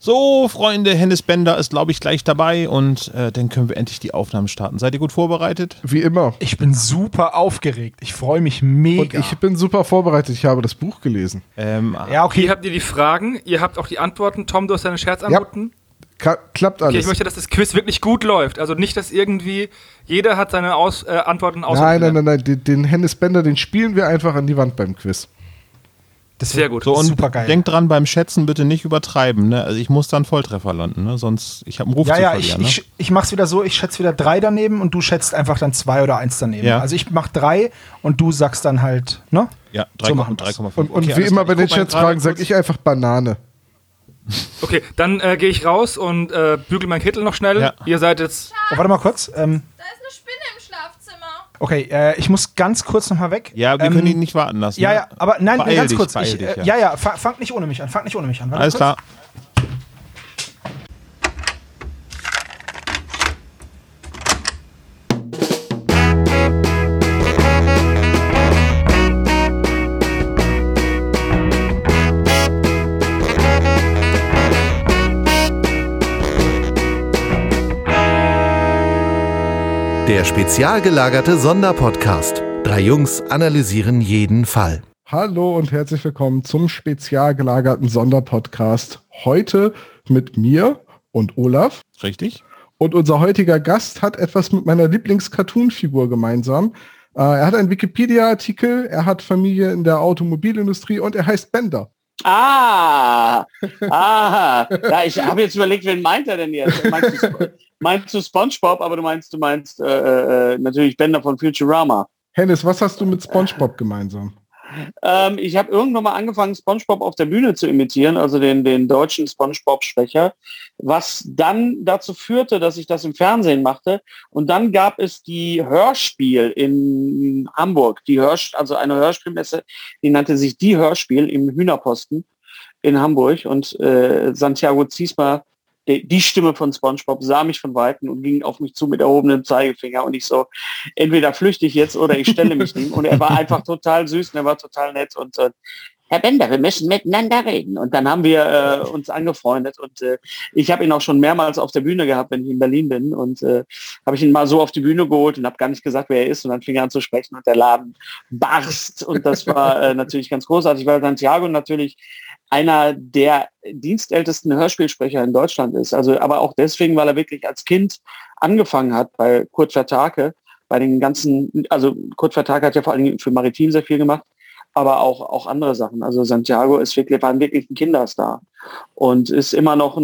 So, Freunde, Hennes Bender ist, glaube ich, gleich dabei und dann können wir endlich die Aufnahmen starten. Seid ihr gut vorbereitet? Wie immer. Ich bin super aufgeregt. Ich freue mich mega. Und ich bin super vorbereitet. Ich habe das Buch gelesen. Ja, okay. Hier habt ihr die Fragen, ihr habt auch die Antworten. Tom, du hast deine Scherzantworten. Ja. Klappt alles. Okay, ich möchte, dass das Quiz wirklich gut läuft. Also nicht, dass irgendwie jeder hat seine Antworten ausgefüllt. Nein. Den Hennes Bender, den spielen wir einfach an die Wand beim Quiz. Das sehr gut. So, und super geil. denkt dran, beim Schätzen bitte nicht übertreiben. Ne? Also ich muss dann Volltreffer landen, ne? Sonst ich habe einen Ruf zu verlieren. Ich mach's wieder so, ich schätze wieder 3 daneben und du schätzt einfach dann 2 oder 1 daneben. Ja. Also ich mach 3 und du sagst dann halt, ne? Ja, so machen wir's. 3,5. Und Okay, wie immer bei den guck mal Schätzfragen sage ich einfach Banane. Okay, dann gehe ich raus und bügel meinen Kittel noch schnell. Ja. Ihr seid jetzt... Oh, warte mal kurz. Da ist eine Spinne im Schlafzimmer. Okay, ich muss ganz kurz noch mal weg. Ja, wir können ihn nicht warten lassen. Ja, ne? ja, aber nein, Beeil ganz dich, kurz. beeil dich, Fangt nicht ohne mich an. Warte Alles kurz. klar. Der spezial gelagerte Sonderpodcast. 3 Jungs analysieren jeden Fall. Hallo und herzlich willkommen zum spezial gelagerten Sonderpodcast. Heute mit mir und Olaf. Richtig. Und unser heutiger Gast hat etwas mit meiner Lieblings-Cartoon-Figur gemeinsam. Er hat einen Wikipedia-Artikel, er hat Familie in der Automobilindustrie und er heißt Bender. Ja, ich habe jetzt überlegt, wen meint er denn jetzt? Meinst du SpongeBob, aber du meinst natürlich Bender von Futurama. Hennes, was hast du mit SpongeBob gemeinsam? Ich habe irgendwann mal angefangen, SpongeBob auf der Bühne zu imitieren, also den deutschen SpongeBob-Sprecher, was dann dazu führte, dass ich das im Fernsehen machte. Und dann gab es die Hörspiel in Hamburg, also eine Hörspielmesse, die nannte sich Die Hörspiel im Hühnerposten in Hamburg. Und Santiago Ziesmer, die Stimme von SpongeBob, sah mich von Weitem und ging auf mich zu mit erhobenem Zeigefinger und ich so, entweder flüchte ich jetzt oder ich stelle mich ihm. Und er war einfach total süß und er war total nett und Herr Bender, wir müssen miteinander reden. Und dann haben wir uns angefreundet und ich habe ihn auch schon mehrmals auf der Bühne gehabt, wenn ich in Berlin bin und habe ich ihn mal so auf die Bühne geholt und habe gar nicht gesagt, wer er ist und dann fing er an zu sprechen und der Laden barst und das war natürlich ganz großartig, weil Santiago natürlich einer der dienstältesten Hörspielsprecher in Deutschland ist. Also, aber auch deswegen, weil er wirklich als Kind angefangen hat bei Kurt Vertake, bei den ganzen, also Kurt Vertake hat ja vor allem für Maritim sehr viel gemacht, aber auch andere Sachen. Also Santiago war wirklich ein Kinderstar und ist immer noch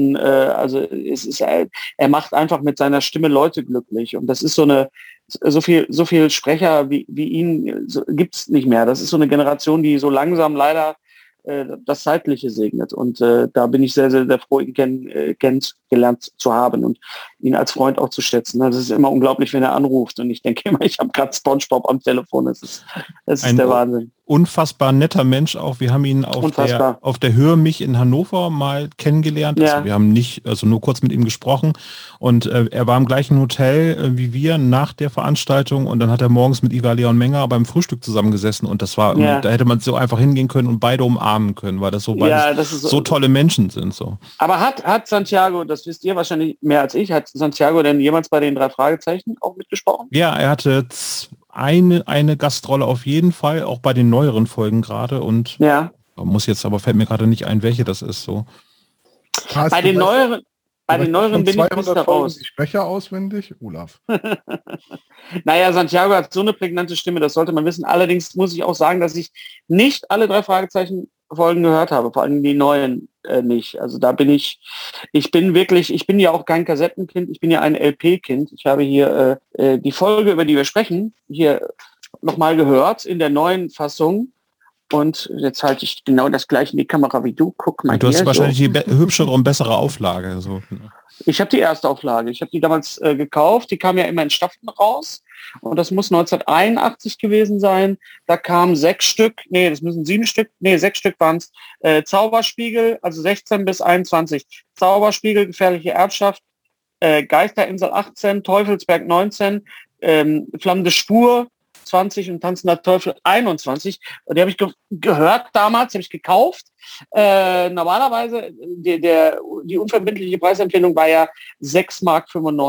er macht einfach mit seiner Stimme Leute glücklich und das ist so viel Sprecher wie ihn gibt's nicht mehr. Das ist so eine Generation, die so langsam leider das Zeitliche segnet. Und da bin ich sehr, sehr, sehr froh, ihn kennengelernt zu haben und ihn als Freund auch zu schätzen. Das ist immer unglaublich, wenn er anruft. Und ich denke immer, ich habe gerade SpongeBob am Telefon. Das ist der Wahnsinn. Unfassbar netter Mensch auch. Wir haben ihn auf der Hörmich in Hannover mal kennengelernt. Ja. Also wir haben nur kurz mit ihm gesprochen. Und er war im gleichen Hotel wie wir nach der Veranstaltung. Und dann hat er morgens mit Ivar Leon Menger beim Frühstück zusammengesessen. Und das war, da hätte man so einfach hingehen können und beide umarmen können, weil das so so tolle Menschen sind. So. Aber hat Santiago, das wisst ihr wahrscheinlich mehr als ich, hat Santiago denn jemals bei den 3 Fragezeichen auch mitgesprochen? Ja, er hatte eine Gastrolle auf jeden Fall, auch bei den neueren Folgen gerade und fällt mir gerade nicht ein, welche das ist so. Bei den neueren bin ich nicht raus. Die Sprecher auswendig, Olaf. Naja, Santiago hat so eine prägnante Stimme, das sollte man wissen. Allerdings muss ich auch sagen, dass ich nicht alle 3 Fragezeichen-Folgen gehört habe, vor allem die neuen nicht. Also da bin ich bin ja auch kein Kassettenkind, ich bin ja ein LP-Kind. Ich habe hier die Folge, über die wir sprechen, hier nochmal gehört in der neuen Fassung. Und jetzt halte ich genau das gleiche in die Kamera wie du. Guck mal, du hast hier, wahrscheinlich die hübschere und bessere Auflage. So. Ich habe die erste Auflage. Ich habe die damals gekauft. Die kam ja immer in Staffeln raus. Und das muss 1981 gewesen sein. Da kamen 6 Stück. Nee, das müssen 7 Stück. Nee, 6 Stück waren es. Zauberspiegel, also 16 bis 21. Zauberspiegel, gefährliche Erbschaft. Geisterinsel 18, Teufelsberg 19, Flammende Spur, 20 und Tanzender Teufel 21. Und die habe ich gehört damals, die habe ich gekauft. Normalerweise, die unverbindliche Preisempfehlung war ja 6,95 Mark.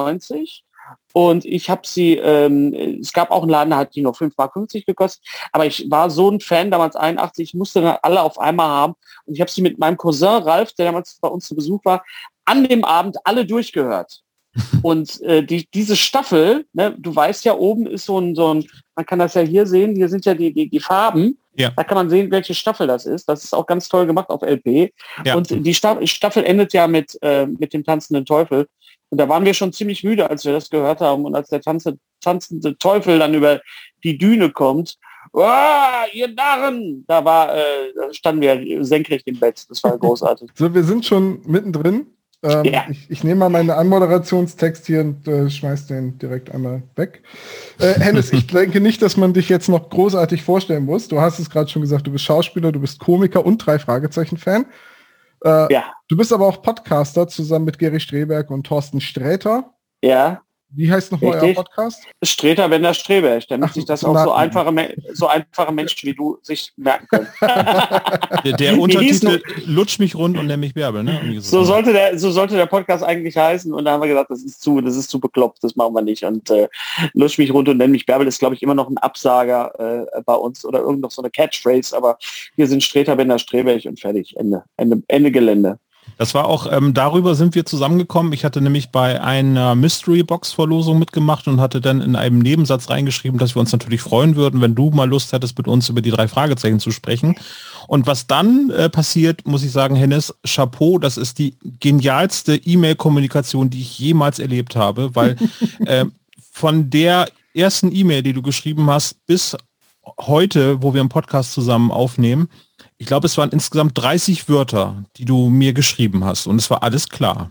Und ich habe sie, es gab auch einen Laden, da hat die nur 5,50 Mark gekostet, aber ich war so ein Fan, damals 81, ich musste dann alle auf einmal haben und ich habe sie mit meinem Cousin Ralf, der damals bei uns zu Besuch war, an dem Abend alle durchgehört. Und diese Staffel, ne, du weißt ja, oben ist so ein, man kann das ja hier sehen, hier sind ja die Farben, ja. Da kann man sehen, welche Staffel das ist. Das ist auch ganz toll gemacht auf LP. Ja. Und die Staffel endet ja mit dem tanzenden Teufel. Und da waren wir schon ziemlich müde, als wir das gehört haben. Und als der tanzende Teufel dann über die Düne kommt, ihr Narren! Da standen wir senkrecht im Bett. Das war großartig. So, wir sind schon mittendrin. Ja. Ich nehme mal meinen Anmoderationstext hier und schmeiß den direkt einmal weg. Hennes, ich denke nicht, dass man dich jetzt noch großartig vorstellen muss. Du hast es gerade schon gesagt, du bist Schauspieler, du bist Komiker und 3-Fragezeichen-Fan. Ja. Du bist aber auch Podcaster zusammen mit Gary Streberg und Thorsten Sträter. Ja. Wie heißt nochmal euer Podcast? Streter, wenn der Streberg, damit sich das auch so einfache Menschen wie du sich merken können. der Untertitel Lutsch mich rund und nenn mich Bärbel, ne? So sollte der Podcast eigentlich heißen und da haben wir gesagt, das ist zu bekloppt, das machen wir nicht. Und Lutsch mich rund und nenn mich Bärbel ist, glaube ich, immer noch ein Absager bei uns oder irgend noch so eine Catchphrase, aber wir sind Streter, wenn der Streberg und fertig. Ende Gelände. Das war auch, darüber sind wir zusammengekommen. Ich hatte nämlich bei einer Mystery-Box-Verlosung mitgemacht und hatte dann in einem Nebensatz reingeschrieben, dass wir uns natürlich freuen würden, wenn du mal Lust hättest, mit uns über die 3 Fragezeichen zu sprechen. Und was dann passiert, muss ich sagen, Hennes, Chapeau, das ist die genialste E-Mail-Kommunikation, die ich jemals erlebt habe, weil von der ersten E-Mail, die du geschrieben hast, bis heute, wo wir einen Podcast zusammen aufnehmen, ich glaube, es waren insgesamt 30 Wörter, die du mir geschrieben hast und es war alles klar.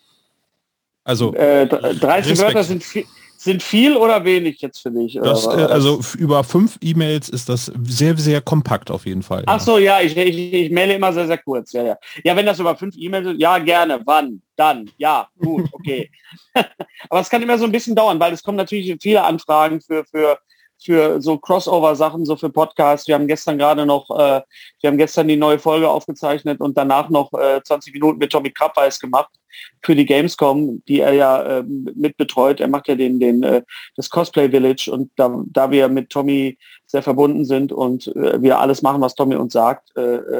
Also 30 Wörter sind viel oder wenig jetzt für dich? Das, also über 5 E-Mails ist das sehr, sehr kompakt auf jeden Fall. Ach so, ja, ich maile immer sehr, sehr kurz. Ja. Ja, wenn das über 5 E-Mails sind, ja, gerne. Wann? Dann? Ja, gut, okay. Aber es kann immer so ein bisschen dauern, weil es kommen natürlich viele Anfragen für so Crossover-Sachen, so für Podcasts. Wir haben gestern die neue Folge aufgezeichnet und danach noch 20 Minuten mit Tommy Krabweis gemacht für die Gamescom, die er ja mitbetreut. Er macht ja das Cosplay Village und da wir mit Tommy sehr verbunden sind und wir alles machen, was Tommy uns sagt,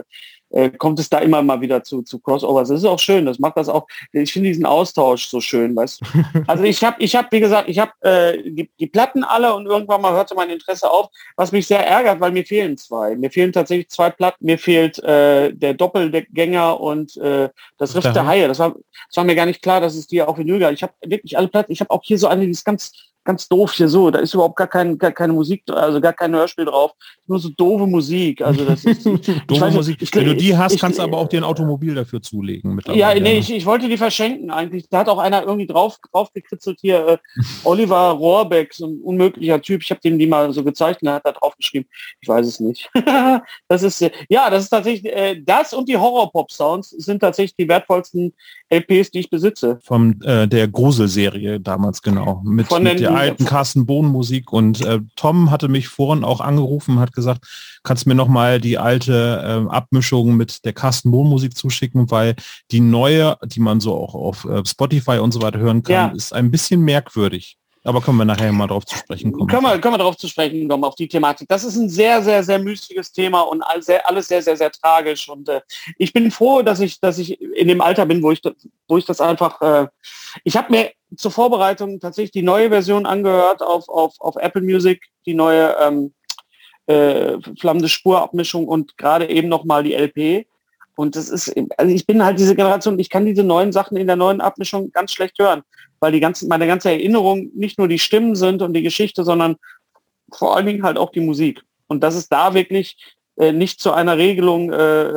kommt es da immer mal wieder zu Crossovers. Das ist auch schön, das macht das auch. Ich finde diesen Austausch so schön, weißt du. Also ich habe, wie gesagt, die Platten alle und irgendwann mal hörte mein Interesse auf, was mich sehr ärgert, weil mir fehlen 2. Mir fehlen tatsächlich 2 Platten. Mir fehlt der Doppelgänger und das Riff der Haie. Das war mir gar nicht klar, dass es die auch Vinyl gab. Ich habe wirklich alle Platten. Ich habe auch hier so eine, die ist ganz doof hier so. Da ist überhaupt gar keine Musik, also gar kein Hörspiel drauf. Nur so doofe Musik. Also das ist doofe Musik. Wenn du die hast, kannst du aber auch dir ein Automobil dafür zulegen. Ja, nee, ich wollte die verschenken eigentlich. Da hat auch einer irgendwie drauf gekritzelt hier. Oliver Rohrbeck, so ein unmöglicher Typ. Ich habe dem die mal so gezeigt und er hat da drauf geschrieben. Ich weiß es nicht. Das ist tatsächlich, das und die Horror-Pop-Sounds sind tatsächlich die wertvollsten LPs, die ich besitze. Von der Grusel-Serie damals, genau. Mit der alten Carsten Bohn-Musik. Und Tom hatte mich vorhin auch angerufen und hat gesagt, kannst mir noch mal die alte Abmischung mit der Carsten Bohn-Musik zuschicken, weil die neue, die man so auch auf Spotify und so weiter hören kann, ist ein bisschen merkwürdig. Aber können wir nachher mal drauf zu sprechen kommen. Können wir darauf zu sprechen kommen, auf die Thematik. Das ist ein sehr, sehr, sehr mystiges Thema und alles sehr, sehr, sehr tragisch. Und ich bin froh, dass ich in dem Alter bin, wo ich das einfach... ich habe mir zur Vorbereitung tatsächlich die neue Version angehört auf Apple Music, die neue flammende Spurabmischung und gerade eben nochmal die LP. Und das ist, also ich bin halt diese Generation, ich kann diese neuen Sachen in der neuen Abmischung ganz schlecht hören, weil meine ganze Erinnerung nicht nur die Stimmen sind und die Geschichte, sondern vor allen Dingen halt auch die Musik. Und dass es da wirklich nicht zu einer Regelung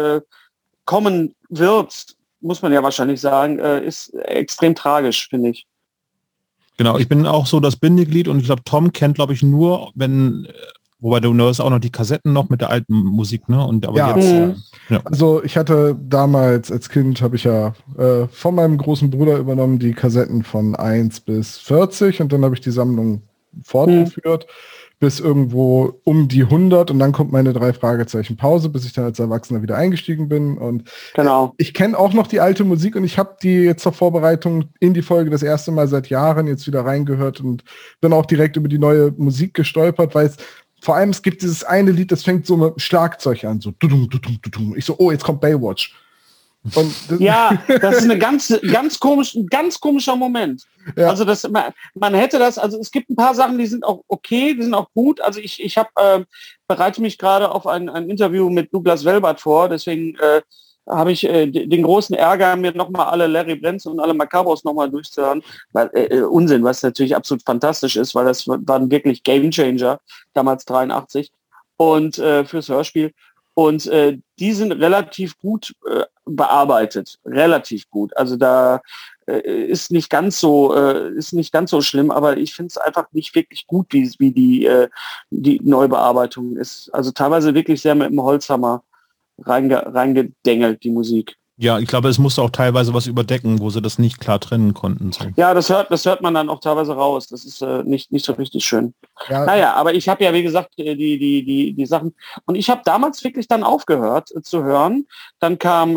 kommen wird, muss man ja wahrscheinlich sagen, ist extrem tragisch, finde ich. Genau, ich bin auch so das Bindeglied und ich glaube, Tom kennt, glaube ich, nur, wenn... Wobei du hast auch noch die Kassetten noch mit der alten Musik, ne? Und aber jetzt, also ich hatte damals als Kind, habe ich von meinem großen Bruder übernommen die Kassetten von 1 bis 40 und dann habe ich die Sammlung fortgeführt. bis irgendwo um die 100 und dann kommt meine 3 Fragezeichen Pause, bis ich dann als Erwachsener wieder eingestiegen bin. Und genau. Ich kenne auch noch die alte Musik und ich habe die jetzt zur Vorbereitung in die Folge das erste Mal seit Jahren jetzt wieder reingehört und bin auch direkt über die neue Musik gestolpert, weil vor allem es gibt dieses eine Lied, das fängt so mit Schlagzeug an, so dudum, dudum, dudum. Ich so, oh, jetzt kommt Baywatch. Und ja, das ist ein ganz komischer Moment. Ja. Also man hätte das, also es gibt ein paar Sachen, die sind auch okay, die sind auch gut. Also ich bereite mich gerade auf ein Interview mit Douglas Welbert vor, deswegen habe ich den großen Ärger, mir nochmal alle Larry Brents und alle Macabros nochmal durchzuhören. Weil, Unsinn, was natürlich absolut fantastisch ist, weil das waren wirklich Gamechanger, damals 83 und fürs Hörspiel. Und die sind relativ gut bearbeitet, relativ gut. Also da ist nicht ganz so schlimm, aber ich finde es einfach nicht wirklich gut, wie die Neubearbeitung ist. Also teilweise wirklich sehr mit dem Holzhammer reingedengelt, die Musik. Ja, ich glaube, es musste auch teilweise was überdecken, wo sie das nicht klar trennen konnten. So. Ja, das hört man dann auch teilweise raus. Das ist nicht so richtig schön. Ja. Naja, aber ich habe ja, wie gesagt, die Sachen. Und ich habe damals wirklich dann aufgehört zu hören. Dann kam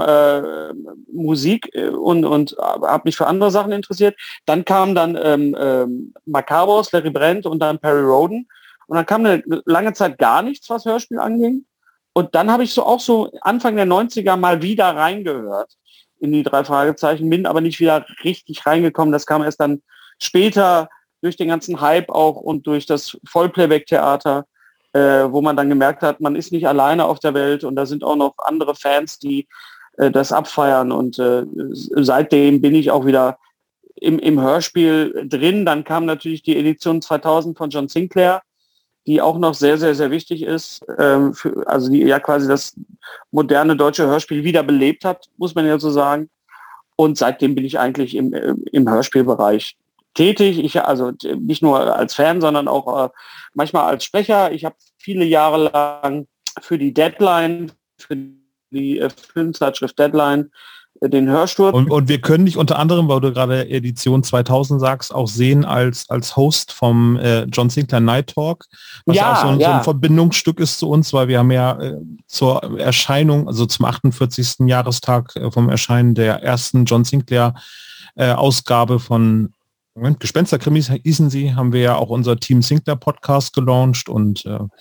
Musik und habe mich für andere Sachen interessiert. Dann kam dann Macabros, Larry Brent und dann Perry Rhodan. Und dann kam eine lange Zeit gar nichts, was Hörspiel anging. Und dann habe ich so Anfang der 90er mal wieder reingehört in die 3 Fragezeichen, bin aber nicht wieder richtig reingekommen. Das kam erst dann später durch den ganzen Hype auch und durch das Vollplayback-Theater, wo man dann gemerkt hat, man ist nicht alleine auf der Welt und da sind auch noch andere Fans, die das abfeiern. Und seitdem bin ich auch wieder im Hörspiel drin. Dann kam natürlich die Edition 2000 von John Sinclair, die auch noch sehr, sehr, sehr wichtig ist, also die ja quasi das moderne deutsche Hörspiel wiederbelebt hat, muss man ja so sagen. Und seitdem bin ich eigentlich im Hörspielbereich tätig. Ich also nicht nur als Fan, sondern auch manchmal als Sprecher. Ich habe viele Jahre lang für die Deadline, für die Filmzeitschrift Deadline, den Hörsturz. Und wir können dich unter anderem, weil du gerade Edition 2000 sagst, auch sehen als Host vom John Sinclair Night Talk, was ja auch so ein Verbindungsstück ist zu uns, weil wir haben ja zur Erscheinung, also zum 48. Jahrestag vom Erscheinen der ersten John Sinclair Ausgabe von Gespensterkrimis hießen sie, haben wir ja auch unser Team Sinclair Podcast gelauncht und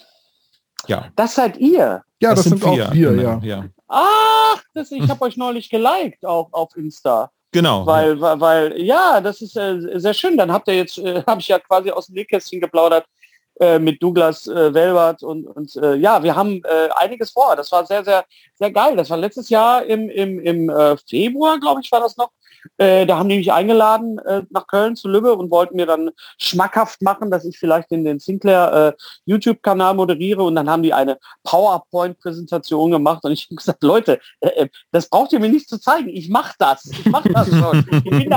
ja. Das seid ihr? Ja, das sind auch wir, genau, ja. Ach, ich habe euch neulich geliked auch auf Insta. Genau. Weil ja, das ist sehr schön. Dann habt ihr jetzt, habe ich ja quasi aus dem Nähkästchen geplaudert mit Douglas Welbert und ja, wir haben einiges vor. Das war sehr, sehr, sehr geil. Das war letztes Jahr im Februar, glaube ich, war das noch. Da haben die mich eingeladen nach Köln zu Lübbe und wollten mir dann schmackhaft machen, dass ich vielleicht in den Sinclair YouTube-Kanal moderiere und dann haben die eine PowerPoint-Präsentation gemacht und ich habe gesagt, Leute, das braucht ihr mir nicht zu zeigen, ich mache das schon, ich bin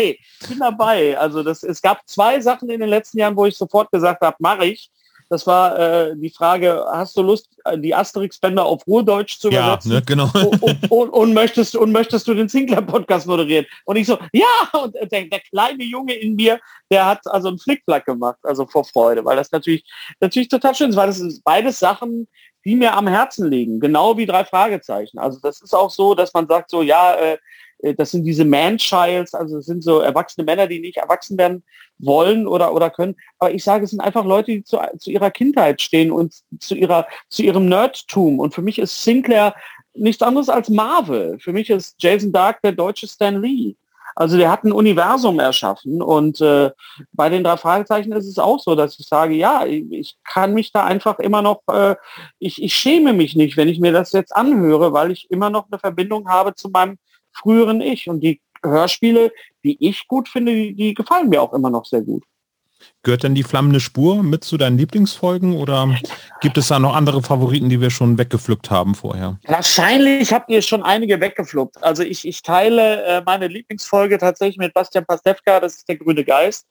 dabei. Also es gab 2 Sachen in den letzten Jahren, wo ich sofort gesagt habe, mache ich. Das war die Frage, hast du Lust, die Asterix-Bänder auf Ruhrdeutsch zu übersetzen? Ja, ne, genau. und möchtest du den Sinclair-Podcast moderieren? Und ich so, ja! Und der kleine Junge in mir, der hat also einen Flickflack gemacht, also vor Freude, weil das natürlich total schön ist, weil das sind beides Sachen, die mir am Herzen liegen, genau wie 3 Fragezeichen. Also das ist auch so, dass man sagt so, ja, das sind diese Man-Childs, also das sind so erwachsene Männer, die nicht erwachsen werden wollen oder können. Aber ich sage, es sind einfach Leute, die zu ihrer Kindheit stehen und zu ihrem Nerdtum. Und für mich ist Sinclair nichts anderes als Marvel. Für mich ist Jason Dark der deutsche Stan Lee. Also der hat ein Universum erschaffen und bei den 3 Fragezeichen ist es auch so, dass ich sage, ja, ich kann mich da einfach immer noch, ich schäme mich nicht, wenn ich mir das jetzt anhöre, weil ich immer noch eine Verbindung habe zu meinem früheren Ich. Und die Hörspiele, die ich gut finde, die gefallen mir auch immer noch sehr gut. Gehört denn die flammende Spur mit zu deinen Lieblingsfolgen oder gibt es da noch andere Favoriten, die wir schon weggepflückt haben vorher? Wahrscheinlich habt ihr schon einige weggepflückt. Also ich teile meine Lieblingsfolge tatsächlich mit Bastian Pastewka, das ist der Grüne Geist,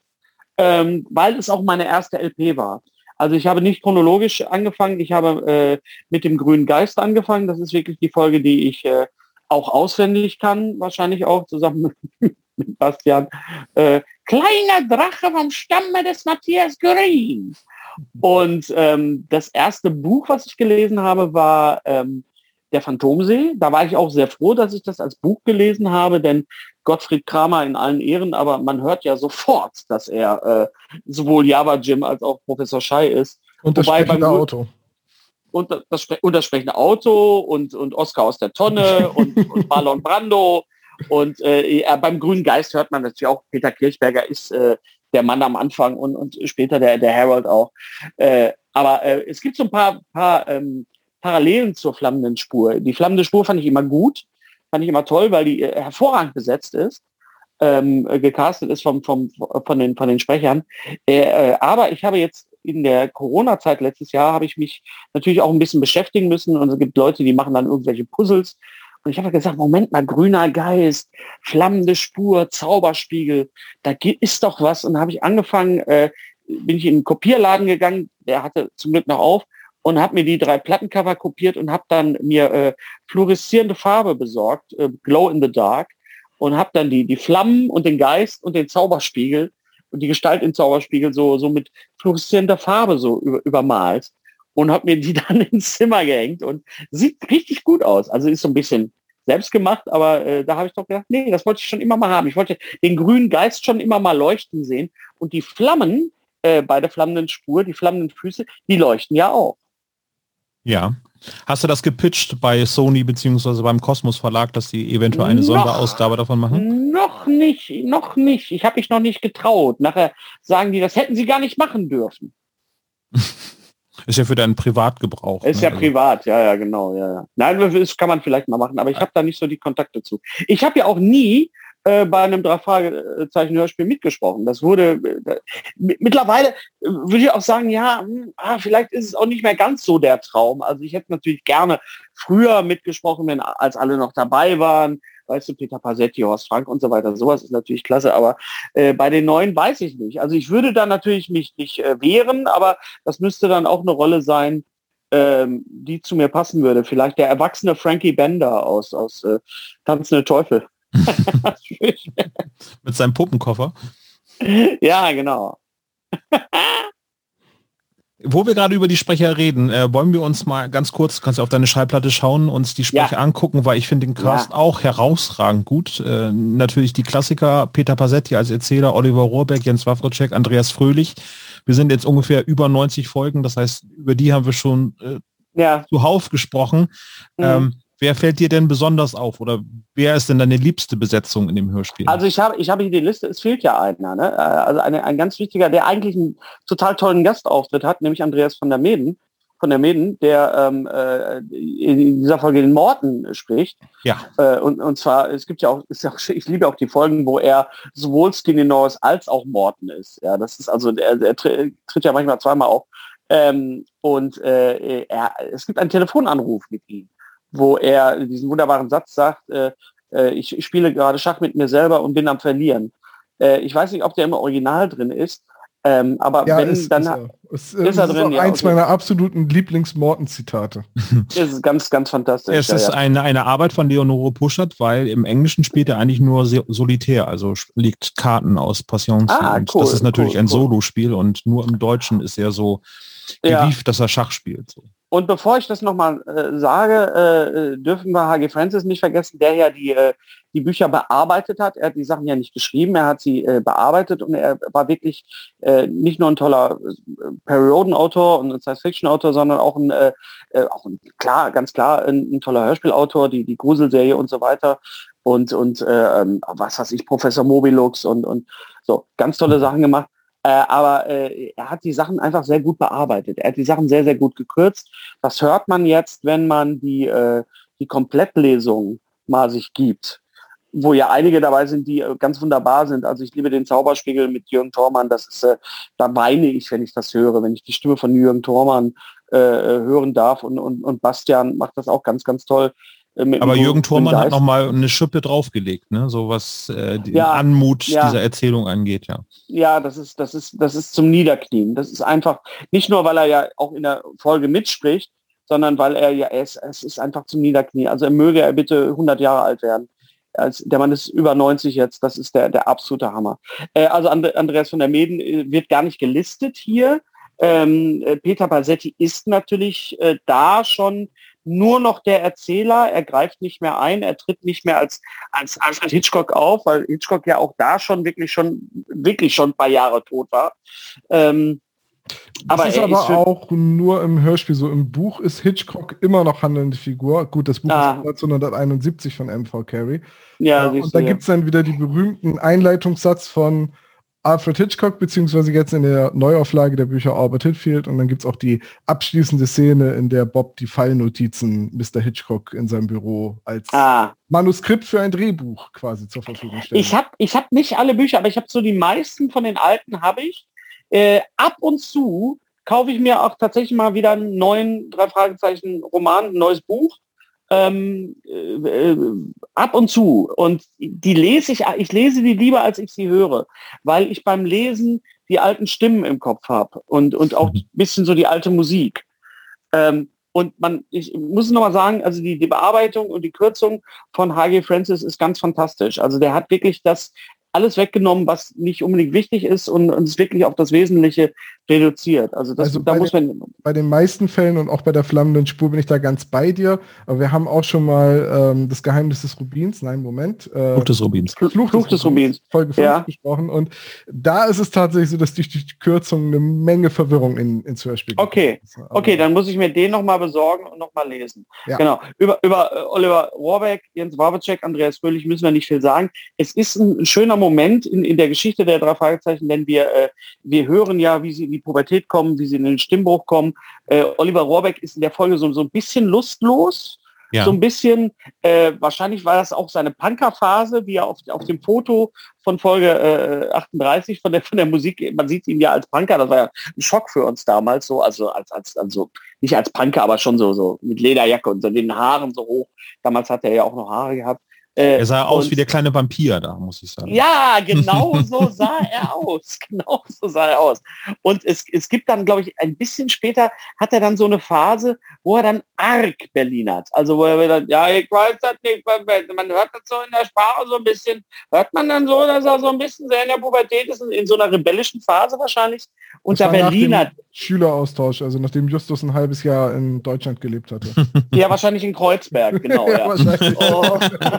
weil es auch meine erste LP war. Also ich habe nicht chronologisch angefangen, ich habe mit dem Grünen Geist angefangen. Das ist wirklich die Folge, die ich auch auswendig kann, wahrscheinlich auch zusammen mit Bastian. Kleiner Drache vom Stamme des Matthias Green. Und das erste Buch, was ich gelesen habe, war Der Phantomsee. Da war ich auch sehr froh, dass ich das als Buch gelesen habe, denn Gottfried Kramer in allen Ehren, aber man hört ja sofort, dass er sowohl Java Jim als auch Professor Schei ist. Und das sprechende Auto. Und das sprechende Auto und Oscar aus der Tonne und Marlon Brando. Und beim Grünen Geist hört man natürlich auch, Peter Kirchberger ist der Mann am Anfang und später der Harold auch. Aber es gibt so ein paar Parallelen zur Flammenden Spur. Die Flammende Spur fand ich immer gut, fand ich immer toll, weil die hervorragend besetzt ist, gecastet ist von den Sprechern. Aber ich habe jetzt in der Corona-Zeit letztes Jahr habe ich mich natürlich auch ein bisschen beschäftigen müssen und es gibt Leute, die machen dann irgendwelche Puzzles. Und ich habe gesagt, Moment mal, Grüner Geist, Flammende Spur, Zauberspiegel, da ist doch was. Und habe ich angefangen, bin ich in einen Kopierladen gegangen, der hatte zum Glück noch auf, und habe mir die 3 Plattencover kopiert und habe dann mir fluoreszierende Farbe besorgt, Glow in the Dark, und habe dann die Flammen und den Geist und den Zauberspiegel und die Gestalt im Zauberspiegel so mit fluoreszierender Farbe so übermalt und habe mir die dann ins Zimmer gehängt und sieht richtig gut aus. Also ist so ein bisschen selbst gemacht, aber da habe ich doch gedacht, nee, das wollte ich schon immer mal haben. Ich wollte den Grünen Geist schon immer mal leuchten sehen und die Flammen bei der Flammenden Spur, die flammenden Füße, die leuchten ja auch. Ja. Hast du das gepitcht bei Sony beziehungsweise beim Kosmos Verlag, dass die eventuell eine Sonderausgabe davon machen? Noch nicht. Ich habe mich noch nicht getraut. Nachher sagen die, das hätten sie gar nicht machen dürfen. Ist ja für deinen Privatgebrauch. Ist ja privat, ja, genau. Ja. Nein, das kann man vielleicht mal machen, aber ich habe da nicht so die Kontakte zu. Ich habe ja auch nie bei einem 3-Fragezeichen-Hörspiel mitgesprochen. Das wurde mittlerweile würde ich auch sagen, ja, vielleicht ist es auch nicht mehr ganz so der Traum. Also ich hätte natürlich gerne früher mitgesprochen, als alle noch dabei waren. Weißt du, Peter Pasetti, Horst Frank und so weiter. Sowas ist natürlich klasse, aber bei den Neuen weiß ich nicht. Also ich würde da natürlich mich nicht wehren, aber das müsste dann auch eine Rolle sein, die zu mir passen würde. Vielleicht der erwachsene Frankie Bender aus Tanzende Teufel. Mit seinem Puppenkoffer. Ja, genau. Wo wir gerade über die Sprecher reden, wollen wir uns mal ganz kurz, kannst du auf deine Schallplatte schauen, uns die Sprecher angucken, weil ich finde den Cast auch herausragend gut. Natürlich die Klassiker, Peter Pasetti als Erzähler, Oliver Rohrbeck, Jens Wawrcek, Andreas Fröhlich. Wir sind jetzt ungefähr über 90 Folgen, das heißt, über die haben wir schon zuhauf gesprochen. Wer fällt dir denn besonders auf oder wer ist denn deine liebste Besetzung in dem Hörspiel? Also ich habe hier die Liste, es fehlt ja einer, ne? Also ein ganz wichtiger, der eigentlich einen total tollen Gastauftritt hat, nämlich Andreas von der Meden, der in dieser Folge den Morten spricht. Ja. Und zwar, es gibt ja auch, ich liebe auch die Folgen, wo er sowohl Skinny Norris als auch Morten ist. Ja, das ist also, er tritt ja manchmal zweimal auf. Es gibt einen Telefonanruf mit ihm, wo er diesen wunderbaren Satz sagt, ich spiele gerade Schach mit mir selber und bin am Verlieren. Ich weiß nicht, ob der im Original drin ist, aber ja, wenn ist er drin. Ist eins meiner absoluten Lieblings-Morten-Zitate. Das ist ganz, ganz fantastisch. Es ist eine Arbeit von Leonore Puschert, weil im Englischen spielt er eigentlich nur solitär, also legt Karten aus Passions. Cool, das ist natürlich ein Solospiel und nur im Deutschen ist er so gewieft, dass er Schach spielt. So. Und bevor ich das nochmal sage, dürfen wir H.G. Francis nicht vergessen, der ja die Bücher bearbeitet hat. Er hat die Sachen ja nicht geschrieben, er hat sie bearbeitet und er war wirklich nicht nur ein toller Periodenautor und ein Science-Fiction-Autor, sondern auch ganz klar ein toller Hörspielautor, die Gruselserie und so weiter. Und was weiß ich, Professor Mobilux und so ganz tolle Sachen gemacht. Aber er hat die Sachen einfach sehr gut bearbeitet. Er hat die Sachen sehr, sehr gut gekürzt. Das hört man jetzt, wenn man die Komplettlesung mal sich gibt, wo ja einige dabei sind, die ganz wunderbar sind. Also ich liebe den Zauberspiegel mit Jürgen Thormann. Das ist, da weine ich, wenn ich das höre, wenn ich die Stimme von Jürgen Thormann hören darf. Und Bastian macht das auch ganz, ganz toll. Aber Jürgen Thormann hat nochmal eine Schippe draufgelegt, ne? So was die Anmut dieser Erzählung angeht, ja. Ja, das ist zum Niederknien. Das ist einfach, nicht nur, weil er ja auch in der Folge mitspricht, sondern weil es ist einfach zum Niederknien. Also möge er bitte 100 Jahre alt werden. Der Mann ist über 90 jetzt, das ist der absolute Hammer. Also Andreas von der Meden wird gar nicht gelistet hier. Peter Pasetti ist natürlich da schon nur noch der Erzähler, er greift nicht mehr ein, er tritt nicht mehr als Hitchcock auf, weil Hitchcock ja auch da schon wirklich schon ein paar Jahre tot war. Das ist aber auch nur im Hörspiel so. Im Buch ist Hitchcock immer noch handelnde Figur. Gut, das Buch ist 1971 von M.V. Carey. Ja, und da gibt es dann wieder die berühmten Einleitungssatz von Alfred Hitchcock, beziehungsweise jetzt in der Neuauflage der Bücher Albert Hitfield. Und dann gibt es auch die abschließende Szene, in der Bob die Fallnotizen Mr. Hitchcock in seinem Büro als Manuskript für ein Drehbuch quasi zur Verfügung stellt. Ich hab nicht alle Bücher, aber ich habe so die meisten von den alten habe ich. Ab und zu kaufe ich mir auch tatsächlich mal wieder einen neuen 3 Fragezeichen Roman, ein neues Buch. Ab und zu. Und die lese ich lese die lieber, als ich sie höre, weil ich beim Lesen die alten Stimmen im Kopf habe und auch ein bisschen so die alte Musik. Und ich muss noch mal sagen, also die Bearbeitung und die Kürzung von H.G. Francis ist ganz fantastisch. Also der hat wirklich das alles weggenommen, was nicht unbedingt wichtig ist und es wirklich auf das Wesentliche reduziert. Also bei den meisten Fällen und auch bei der flammenden Spur bin ich da ganz bei dir. Aber wir haben auch schon mal das Geheimnis des Rubins, Fluch des Rubins. Fluch des Rubins, Folge 5 besprochen. Und da ist es tatsächlich so, dass durch die Kürzung eine Menge Verwirrung ins Hörspiel gibt. Okay, dann muss ich mir den nochmal besorgen und nochmal lesen. Ja. Genau. Über Oliver Rohrbeck, Jens Wawrczeck, Andreas Fröhlich müssen wir nicht viel sagen. Es ist ein schöner Moment in der Geschichte der 3 Fragezeichen, denn wir hören ja, wie sie in die Pubertät kommen, wie sie in den Stimmbruch kommen. Oliver Rohrbeck ist in der Folge so ein bisschen lustlos, so ein bisschen, wahrscheinlich war das auch seine Punker-Phase, wie er auf dem Foto von Folge 38 von der Musik, man sieht ihn ja als Punker, das war ja ein Schock für uns damals, so, also nicht als Punker, aber schon so mit Lederjacke und so den Haaren so hoch. Damals hat er ja auch noch Haare gehabt. Er sah aus wie der kleine Vampir da, muss ich sagen. Ja, genau so sah er aus. Genau so sah er aus. Und es gibt dann, glaube ich, ein bisschen später hat er dann so eine Phase, wo er dann arg Berlinert. Also wo er dann, ja, ich weiß das nicht, man hört das so in der Sprache so ein bisschen, hört man dann so, dass er so ein bisschen sehr in der Pubertät ist, in so einer rebellischen Phase wahrscheinlich. Und der Berliner Schüleraustausch, also nachdem Justus ein halbes Jahr in Deutschland gelebt hatte. Ja, wahrscheinlich in Kreuzberg, genau. Ja. Wahrscheinlich. Oh.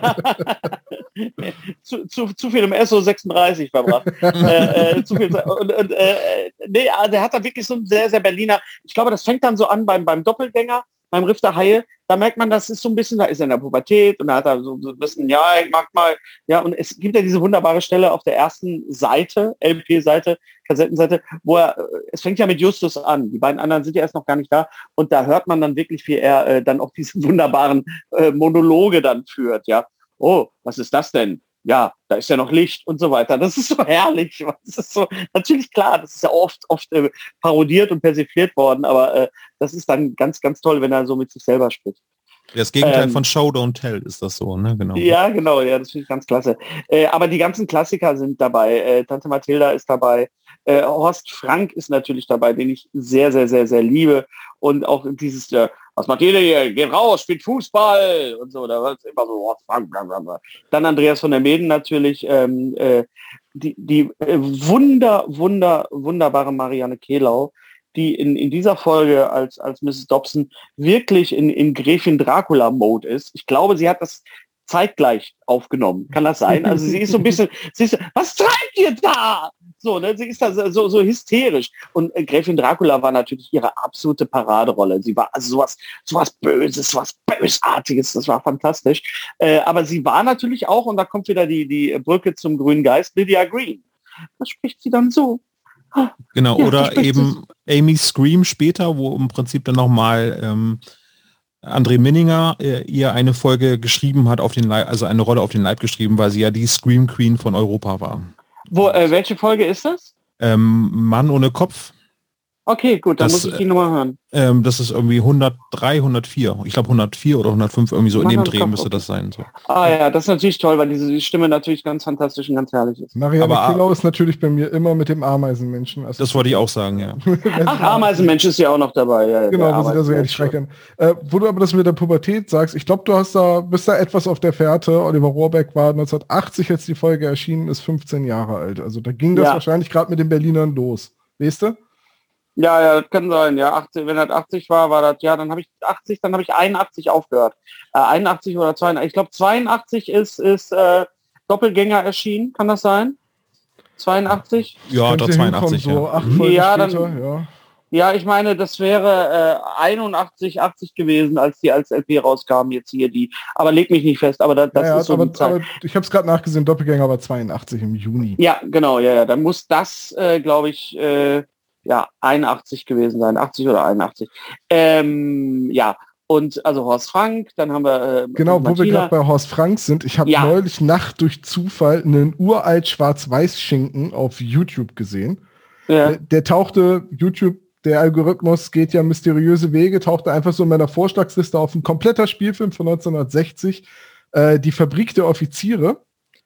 zu viel im SO 36 verbracht. Zu viel Zeit. Nee, der hat da wirklich so ein sehr, sehr Berliner. Ich glaube, das fängt dann so an beim Doppelgänger, beim Riff der Haie. Da merkt man, das ist so ein bisschen, da ist er in der Pubertät und da hat er so ein bisschen, ja, ich mag mal, ja, und es gibt ja diese wunderbare Stelle auf der ersten Seite, LP-Seite, Kassettenseite, wo es fängt ja mit Justus an, die beiden anderen sind ja erst noch gar nicht da und da hört man dann wirklich, wie er dann auch diese wunderbaren Monologe dann führt, ja. Oh, was ist das denn? Ja, da ist ja noch Licht und so weiter. Das ist so herrlich. Das ist so, natürlich klar, das ist ja oft parodiert und persifliert worden, aber das ist dann ganz, ganz toll, wenn er so mit sich selber spricht. Das Gegenteil von Show Don't Tell ist das so, ne? Genau. Ja, genau, ja, das finde ich ganz klasse. Aber die ganzen Klassiker sind dabei. Tante Mathilda ist dabei. Horst Frank ist natürlich dabei, den ich sehr, sehr, sehr, sehr liebe. Und auch dieses, was macht ihr hier? Geht raus, spielt Fußball und so. Da war es immer so, Horst Frank, blablabla. Dann Andreas von der Meeden natürlich. Die wunderbare Marianne Kehlau, die in dieser Folge als Mrs. Dobson wirklich in Gräfin Dracula-Mode ist. Ich glaube, sie hat das zeitgleich aufgenommen. Kann das sein? Also sie ist so ein bisschen, was treibt ihr da? So, ne? Sie ist da so hysterisch. Und Gräfin Dracula war natürlich ihre absolute Paraderolle. Sie war also sowas Böses, sowas Bösartiges. Das war fantastisch. Aber sie war natürlich auch, und da kommt wieder die Brücke zum grünen Geist, Lydia Green. Da spricht sie dann so. Genau, ja, oder eben Amy Scream später, wo im Prinzip dann nochmal André Minninger ihr eine Folge geschrieben hat, also eine Rolle auf den Leib geschrieben, weil sie ja die Scream Queen von Europa war. Welche Folge ist das? Mann ohne Kopf. Okay, gut, dann muss ich die Nummer hören. Das ist irgendwie 103, 104. Ich glaube 104 oder 105, irgendwie so in dem Dreh müsste das sein. So. Ah ja, das ist natürlich toll, weil diese Stimme natürlich ganz fantastisch und ganz herrlich ist. Marianne Kehlau ist natürlich bei mir immer mit dem Ameisenmenschen. Also das wollte ich auch sagen, ja. Ach, Ameisenmensch ist ja auch noch dabei. Ja, genau, wo sie da so ehrlich schrecken. Wo du aber das mit der Pubertät sagst, ich glaube, bist da etwas auf der Fährte. Oliver Rohrbeck war 1980, als die Folge erschienen ist, 15 Jahre alt. Also da ging das wahrscheinlich gerade mit den Berlinern los. Weißt du? Ja, das kann sein. Ja, 80, wenn das 80 war das, ja, dann habe ich 80, dann habe ich 81 aufgehört. 81 oder 82. Ich glaube, 82 ist Doppelgänger erschienen. Kann das sein? 82? Ja, doch 82. So 8 Ja, Folgen dann, später, ja, ich meine, das wäre 81, 80 gewesen, als die als LP rauskamen, jetzt hier die. Aber leg mich nicht fest, aber das ist so die Zeit. Aber ich habe es gerade nachgesehen, Doppelgänger war 82 im Juni. Ja, genau, ja. Dann muss das, glaube ich, 81 gewesen sein, 80 oder 81. Ja, und also Horst Frank, dann haben wir genau, wo wir gerade bei Horst Frank sind. Ich habe neulich Nacht durch Zufall einen uralt Schwarz-Weiß-Schinken auf YouTube gesehen. Ja. Der tauchte, YouTube, der Algorithmus geht ja mysteriöse Wege, tauchte einfach so in meiner Vorschlagsliste auf, ein kompletter Spielfilm von 1960, Die Fabrik der Offiziere.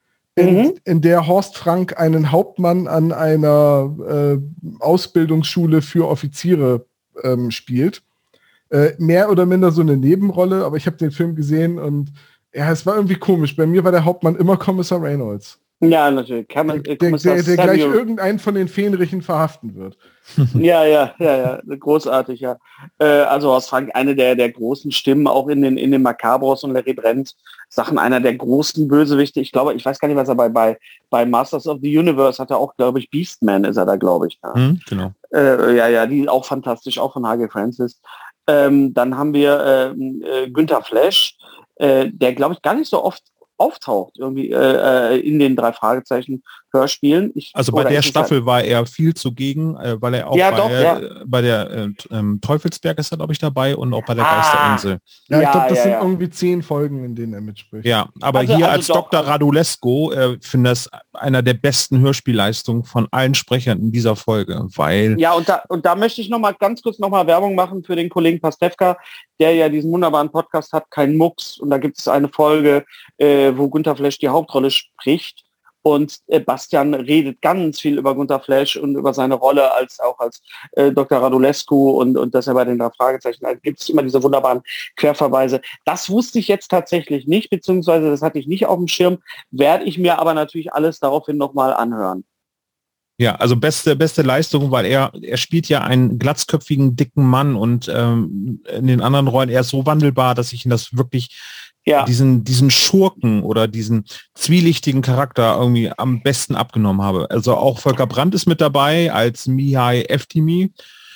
In der Horst Frank einen Hauptmann an einer Ausbildungsschule für Offiziere spielt. Mehr oder minder so eine Nebenrolle, aber ich habe den Film gesehen und ja, es war irgendwie komisch. Bei mir war der Hauptmann immer Kommissar Reynolds. Ja, natürlich. Der gleich irgendeinen von den Fähnrichen verhaften wird. Ja. Großartig, ja. Also Horst Frank, eine der großen Stimmen, auch in den Macabros und Larry Brent Sachen, einer der großen Bösewichte. Ich glaube, ich weiß gar nicht, was er bei Masters of the Universe hat er auch, glaube ich, Beastman ist er da, glaube ich. Ja. Genau. Die auch fantastisch, auch von H.G. Francis. Dann haben wir Günther Flesch, der, glaube ich, gar nicht so oft auftaucht irgendwie in den 3 Fragezeichen Hörspielen. Also bei der Staffel war er viel zugegen, weil er auch bei der Teufelsberg ist er, glaube ich, dabei und auch bei der Geisterinsel. Ja, ich glaube, das sind irgendwie 10 Folgen, in denen er mitspricht. Ja, aber hier als Dr. Radulesco finde das einer der besten Hörspielleistungen von allen Sprechern in dieser Folge, weil... Ja, und da möchte ich ganz kurz Werbung machen für den Kollegen Pastewka, der ja diesen wunderbaren Podcast hat, Kein Mucks, und da gibt es eine Folge, wo Günther Flesch die Hauptrolle spricht. Und Bastian redet ganz viel über Günther Flesch und über seine Rolle als Dr. Radulescu und dass er bei den 3 Fragezeichen, da gibt es immer diese wunderbaren Querverweise. Das wusste ich jetzt tatsächlich nicht, beziehungsweise das hatte ich nicht auf dem Schirm, werde ich mir aber natürlich alles daraufhin nochmal anhören. Ja, also beste Leistung, weil er spielt ja einen glatzköpfigen, dicken Mann und in den anderen Rollen er ist so wandelbar, dass ich ihn das wirklich diesen Schurken oder diesen zwielichtigen Charakter irgendwie am besten abgenommen habe. Also auch Volker Brandt ist mit dabei als Mihai Eftimi.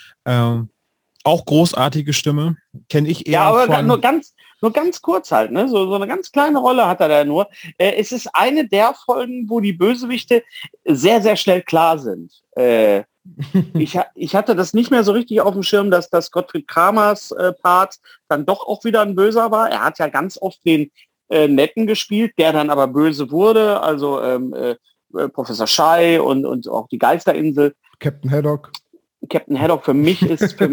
Auch großartige Stimme. Kenne ich eher aber nur ganz kurz halt, ne? So eine ganz kleine Rolle hat er da nur. Es ist eine der Folgen, wo die Bösewichte sehr, sehr schnell klar sind. Ich hatte das nicht mehr so richtig auf dem Schirm, dass das Gottfried Kramers Part dann doch auch wieder ein Böser war. Er hat ja ganz oft den Netten gespielt, der dann aber böse wurde. Also Professor Schei und auch die Geisterinsel. Captain Haddock für mich,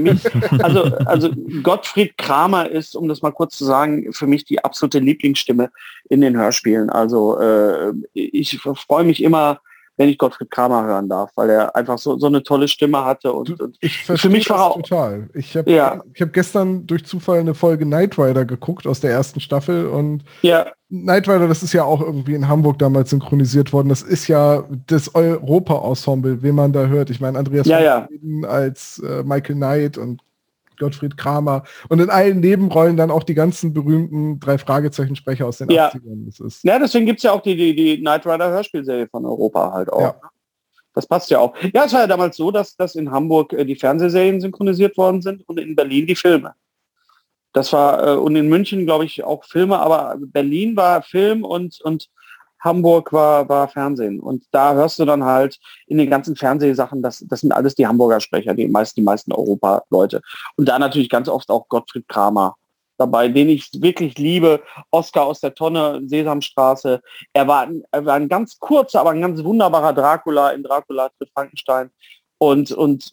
also Gottfried Kramer ist, um das mal kurz zu sagen, für mich die absolute Lieblingsstimme in den Hörspielen. Also ich freue mich immer, wenn ich Gottfried Kramer hören darf, weil er einfach so eine tolle Stimme hatte. Und für mich war das total. Ich hab gestern durch Zufall eine Folge Knight Rider geguckt aus der ersten Staffel und Knight Rider, das ist ja auch irgendwie in Hamburg damals synchronisiert worden. Das ist ja das Europa-Ensemble, wen man da hört. Ich meine, Andreas als Michael Knight und Gottfried Kramer und in allen Nebenrollen dann auch die ganzen berühmten 3 Fragezeichen-Sprecher aus den 80ern. Das ist deswegen gibt es ja auch die Knight Rider Hörspielserie von Europa halt auch. Ja. Das passt ja auch. Ja, es war ja damals so, dass in Hamburg die Fernsehserien synchronisiert worden sind und in Berlin die Filme. Das war, und in München, glaube ich, auch Filme, aber Berlin war Film und Hamburg war Fernsehen. Und da hörst du dann halt in den ganzen Fernsehsachen, das sind alles die Hamburger Sprecher, die meisten Europa-Leute. Und da natürlich ganz oft auch Gottfried Kramer dabei, den ich wirklich liebe. Oscar aus der Tonne, Sesamstraße. Er war ein ganz kurzer, aber ein ganz wunderbarer Dracula in Dracula trifft Frankenstein. Und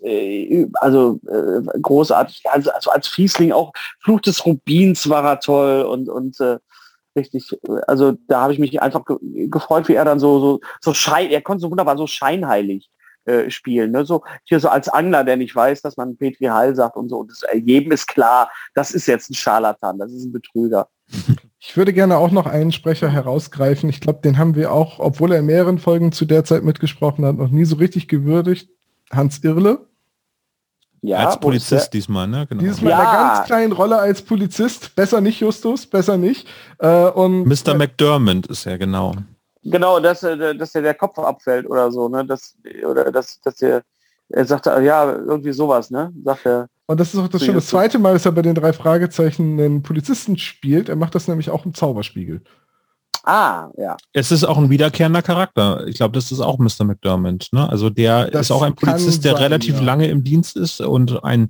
großartig. Also als Fiesling auch Fluch des Rubins war er toll und richtig, also da habe ich mich einfach gefreut, wie er dann er konnte so wunderbar so scheinheilig spielen. Ne? So hier so als Angler, der nicht weiß, dass man Petri Heil sagt und so. Und jedem ist klar, das ist jetzt ein Scharlatan, das ist ein Betrüger. Ich würde gerne auch noch einen Sprecher herausgreifen. Ich glaube, den haben wir auch, obwohl er in mehreren Folgen zu der Zeit mitgesprochen hat, noch nie so richtig gewürdigt. Hans Irle. Ja, als Polizist diesmal, ne? Genau. Dieses Mal in einer ganz kleinen Rolle als Polizist. Besser nicht, Justus, besser nicht. Und Mr. McDermott ist ja genau. Genau, dass der Kopf abfällt oder so, ne? Dass er sagt, ja, irgendwie sowas, ne? Sagt er. Und das ist auch schon das zweite Mal, dass er bei den 3 Fragezeichen einen Polizisten spielt. Er macht das nämlich auch im Zauberspiegel. Ah, ja. Es ist auch ein wiederkehrender Charakter. Ich glaube, das ist auch Mr. McDermott. Ne? Also der ist auch ein Polizist, der relativ lange im Dienst ist und ein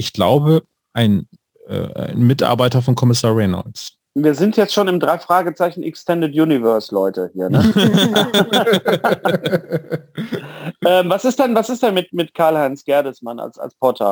Mitarbeiter von Kommissar Reynolds. Wir sind jetzt schon im 3 Fragezeichen Extended Universe, Leute, hier, ne? Was ist denn mit Karl-Heinz Gerdesmann als Potter?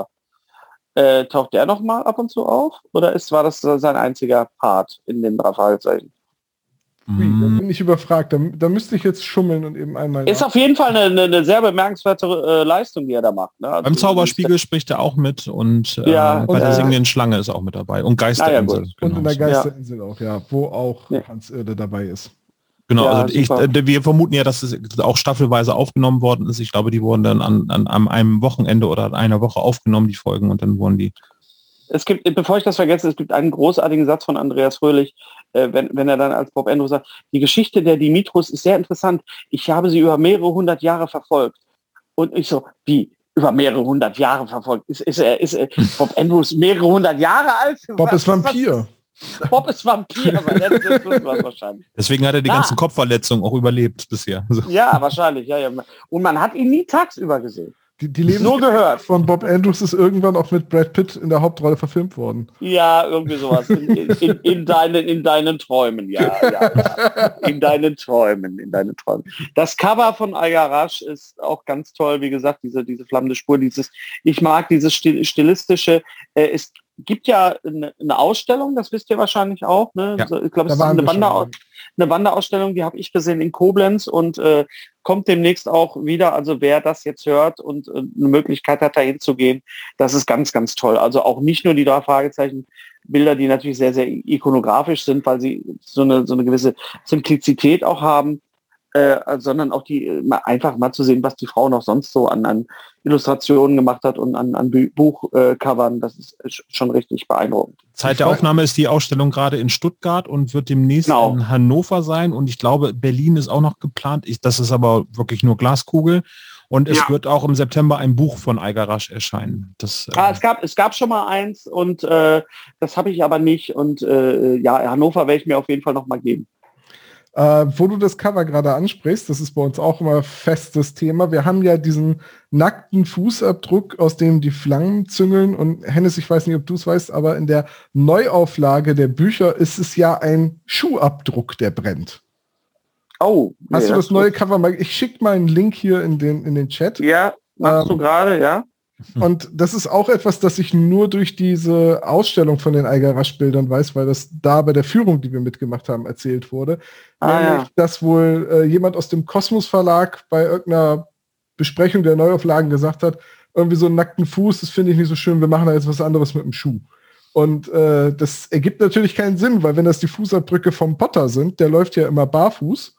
Taucht der noch mal ab und zu auf? Oder war das sein einziger Part in den 3 Fragezeichen? Da bin ich überfragt. Da müsste ich jetzt schummeln und eben einmal... Ist auf jeden Fall eine sehr bemerkenswerte Leistung, die er da macht. Ne? Also beim Zauberspiegel spricht er auch mit und bei der singenden Schlange ist er auch mit dabei. Und Geisterinsel. Genau. Und in der Geisterinsel auch, ja. Wo auch Hans Irde dabei ist. Genau, also wir vermuten ja, dass es auch staffelweise aufgenommen worden ist. Ich glaube, die wurden dann an einem Wochenende oder an einer Woche aufgenommen, die Folgen, und dann wurden die... Es gibt, bevor ich das vergesse, es gibt einen großartigen Satz von Andreas Fröhlich, wenn er dann als Bob Andrews sagt, die Geschichte der Dimitrus ist sehr interessant. Ich habe sie über mehrere 100 Jahre verfolgt. Und ich so, wie? Über mehrere 100 Jahre verfolgt? Ist Bob Andrews mehrere 100 Jahre alt? Bob ist Vampir. Bob ist Vampir, aber das wahrscheinlich. Deswegen hat er die ganzen Kopfverletzungen auch überlebt bisher. So. Ja, wahrscheinlich. Ja. Und man hat ihn nie tagsüber gesehen. Die Lebensgeschichte von Bob Andrews ist irgendwann auch mit Brad Pitt in der Hauptrolle verfilmt worden. Ja, irgendwie sowas. In deinen Träumen, ja. In deinen Träumen. Das Cover von Algarasch ist auch ganz toll, wie gesagt, diese flammende Spur, ich mag dieses stilistische, es gibt ja eine Ausstellung, das wisst ihr wahrscheinlich auch, ne? Ja. Ich glaube, es ist eine Wanderausstellung, die habe ich gesehen in Koblenz und kommt demnächst auch wieder. Also wer das jetzt hört und eine Möglichkeit hat, da hinzugehen, das ist ganz, ganz toll. Also auch nicht nur die 3 Fragezeichen Bilder, die natürlich sehr, sehr ikonografisch sind, weil sie so eine gewisse Simplizität auch haben, sondern auch einfach mal zu sehen, was die Frau noch sonst so an Illustrationen gemacht hat und an Buchcovern. Das ist schon richtig beeindruckend. Zeit der Aufnahme ist die Ausstellung gerade in Stuttgart und wird demnächst in Hannover sein. Und ich glaube, Berlin ist auch noch geplant. Das ist aber wirklich nur Glaskugel. Und es wird auch im September ein Buch von Algarasch erscheinen. Es gab schon mal eins und das habe ich aber nicht. Und Hannover werde ich mir auf jeden Fall noch mal geben. Wo du das Cover gerade ansprichst, das ist bei uns auch immer festes Thema. Wir haben ja diesen nackten Fußabdruck, aus dem die Flammen züngeln. Und Hennes, ich weiß nicht, ob du es weißt, aber in der Neuauflage der Bücher ist es ja ein Schuhabdruck, der brennt. Oh. Hast du das neue Cover mal? Ich schicke mal einen Link hier in den Chat. Ja, machst du gerade, ja. Und das ist auch etwas, das ich nur durch diese Ausstellung von den Algarasch-Bildern weiß, weil das da bei der Führung, die wir mitgemacht haben, erzählt wurde. Nämlich, dass wohl jemand aus dem Kosmos Verlag bei irgendeiner Besprechung der Neuauflagen gesagt hat, irgendwie so einen nackten Fuß, das finde ich nicht so schön, wir machen da jetzt was anderes mit dem Schuh. Und das ergibt natürlich keinen Sinn, weil wenn das die Fußabdrücke vom Potter sind, der läuft ja immer barfuß.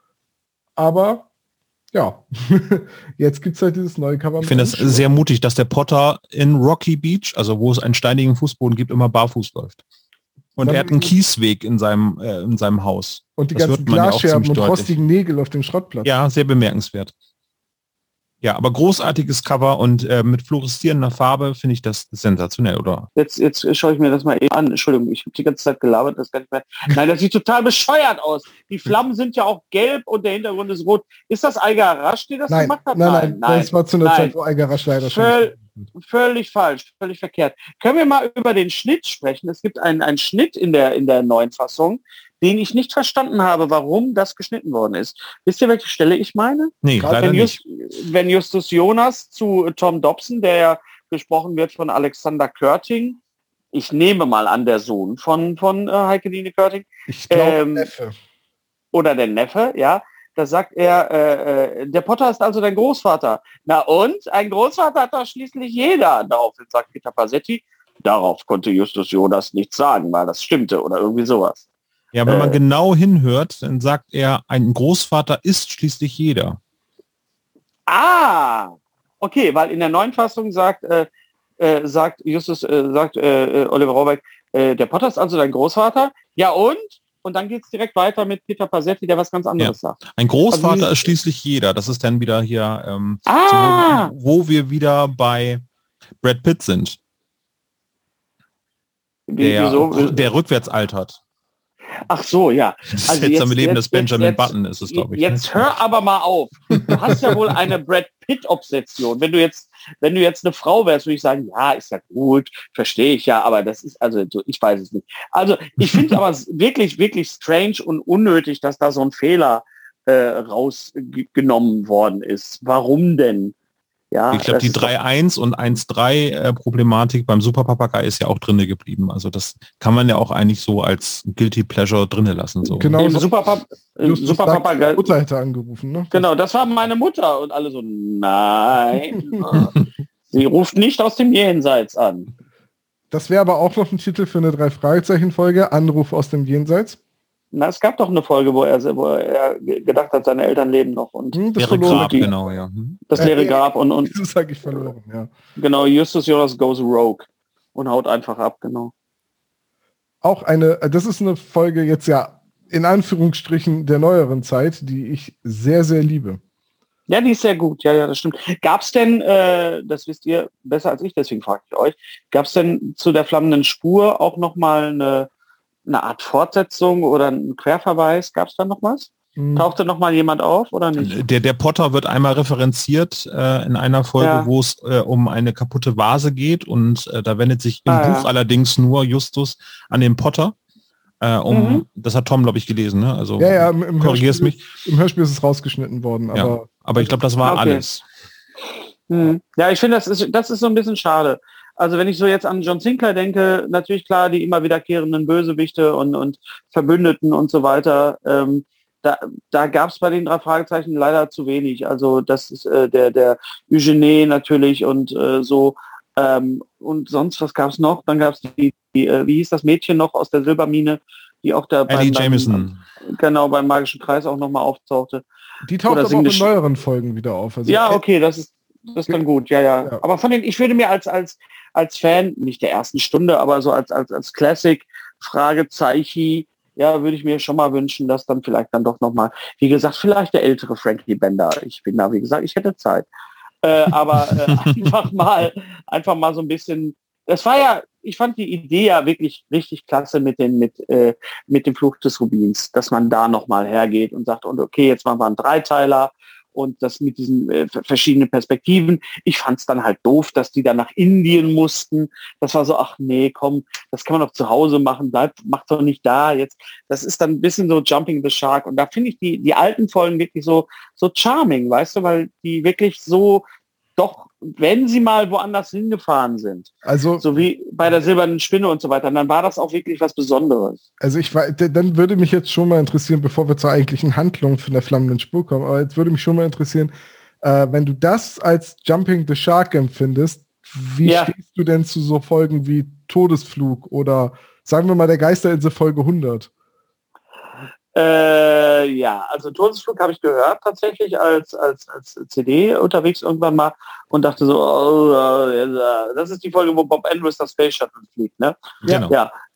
Aber ja, jetzt gibt es halt dieses neue Cover. Ich finde es sehr mutig, dass der Potter in Rocky Beach, also wo es einen steinigen Fußboden gibt, immer barfuß läuft. Und er hat einen Kiesweg in seinem Haus. Und die ganzen Glasscherben und rostigen Nägel auf dem Schrottplatz. Ja, sehr bemerkenswert. Ja, aber großartiges Cover und mit fluoreszierender Farbe finde ich das sensationell, oder? Jetzt schaue ich mir das mal eben an. Entschuldigung, ich habe die ganze Zeit gelabert, das gar nicht mehr. Nein, das sieht total bescheuert aus. Die Flammen sind ja auch gelb und der Hintergrund ist rot. Ist das Algarasch, die das gemacht hat? Nein. Das war zu einer Zeit, wo Algarasch leider schon... Völlig falsch, völlig verkehrt. Können wir mal über den Schnitt sprechen? Es gibt einen Schnitt in der neuen Fassung, den ich nicht verstanden habe, warum das geschnitten worden ist. Wisst ihr, welche Stelle ich meine? Nee, leider nicht. Wenn Justus Jonas zu Tom Dobson, der ja gesprochen wird von Alexander Körting, ich nehme mal an, der Sohn von Heike-Dine Körting. Ich glaube, Neffe. Oder der Neffe, ja. Da sagt er, der Potter ist also dein Großvater. Na und? Ein Großvater hat doch schließlich jeder. Daraufhin sagt Peter Passetti, darauf konnte Justus Jonas nichts sagen, weil das stimmte oder irgendwie sowas. Ja, wenn man genau hinhört, dann sagt er, ein Großvater ist schließlich jeder. Ah, okay, weil in der neuen Fassung sagt sagt Oliver Rohrbeck, der Potter ist also dein Großvater? Ja und? Und dann geht es direkt weiter mit Peter Pasetti, der was ganz anderes sagt. Ein Großvater ist schließlich jeder. Das ist dann wieder hier, so, wo wir wieder bei Brad Pitt sind. Der rückwärts altert. Ach so, ja. Das seltsame Leben des Benjamin Button ist es, glaube ich. Jetzt hör aber mal auf. Du hast ja wohl eine Brad Pitt-Obsession. Wenn du jetzt eine Frau wärst, würde ich sagen, ja, ist ja gut, verstehe ich ja, aber das ist, also ich weiß es nicht. Also ich finde aber wirklich, wirklich strange und unnötig, dass da so ein Fehler rausgenommen worden ist. Warum denn? Ja, ich glaube, die 3.1 und 1.3 Problematik beim Superpapagei ist ja auch drinne geblieben. Also das kann man ja auch eigentlich so als Guilty Pleasure drinne lassen. So. Genau, Superpapagei. Mutter hätte angerufen, ne? Genau, das war meine Mutter und alle so, nein, sie ruft nicht aus dem Jenseits an. Das wäre aber auch noch ein Titel für eine 3-Fragezeichen-Folge, Anruf aus dem Jenseits. Na, es gab doch eine Folge, wo er gedacht hat, seine Eltern leben noch und das leere Grab, genau, ja. Das leere Grab und das sage ich verloren, ja. Genau, Justus Jonas goes rogue und haut einfach ab, genau. Auch das ist eine Folge jetzt ja in Anführungsstrichen der neueren Zeit, die ich sehr, sehr liebe. Ja, die ist sehr gut, ja, das stimmt. Gab es denn, das wisst ihr besser als ich, deswegen frage ich euch, gab es denn zu der flammenden Spur auch nochmal eine Art Fortsetzung oder einen Querverweis? Gab es da noch was? Tauchte noch mal jemand auf oder nicht? Der Potter wird einmal referenziert in einer Folge, wo es um eine kaputte Vase geht und da wendet sich im Buch allerdings nur Justus an den Potter. Das hat Tom, glaube ich, gelesen. Ne? Also im Hörspiel ist es rausgeschnitten worden. Aber ich glaube, das war alles. Ja, ich finde, das ist so ein bisschen schade. Also wenn ich so jetzt an John Sinclair denke, natürlich klar, die immer wiederkehrenden Bösewichte und Verbündeten und so weiter, da gab es bei den 3 Fragezeichen leider zu wenig. Also das ist der Eugenie natürlich und so. Und sonst, was gab es noch? Dann gab es die wie hieß das Mädchen noch aus der Silbermine, die auch da Ellie Jameson. Genau, beim Magischen Kreis auch nochmal auftauchte. Die taucht aber auch in neueren Folgen wieder auf. Also ja, okay, das ist dann gut, ja. Aber ich würde mir als Fan, nicht der ersten Stunde, aber so als Classic Fragezeichen, ja, würde ich mir schon mal wünschen, dass dann vielleicht dann doch nochmal, wie gesagt, vielleicht der ältere Frankie Bender. Ich bin da, wie gesagt, ich hätte Zeit. Aber einfach mal so ein bisschen, das war ja, ich fand die Idee ja wirklich richtig klasse mit dem Fluch des Rubins, dass man da nochmal hergeht und sagt, und okay, jetzt machen wir einen Dreiteiler und das mit diesen verschiedenen Perspektiven. Ich fand es dann halt doof, dass die dann nach Indien mussten. Das war so, ach nee, komm, das kann man doch zu Hause machen, macht doch nicht da jetzt. Das ist dann ein bisschen so Jumping the Shark. Und da finde ich die alten Folgen wirklich so charming, weißt du, weil die wirklich so doch, wenn sie mal woanders hingefahren sind, also so wie bei der Silbernen Spinne und so weiter, dann war das auch wirklich was Besonderes. Also dann würde mich jetzt schon mal interessieren, bevor wir zur eigentlichen Handlung von der flammenden Spur kommen, aber jetzt würde mich schon mal interessieren, wenn du das als Jumping the Shark empfindest, wie stehst du denn zu so Folgen wie Todesflug oder sagen wir mal der Geisterinsel Folge 100? Also Todesflug habe ich gehört tatsächlich als CD unterwegs irgendwann mal und dachte so, das ist die Folge, wo Bob Andrews das Space Shuttle fliegt, ne? Genau.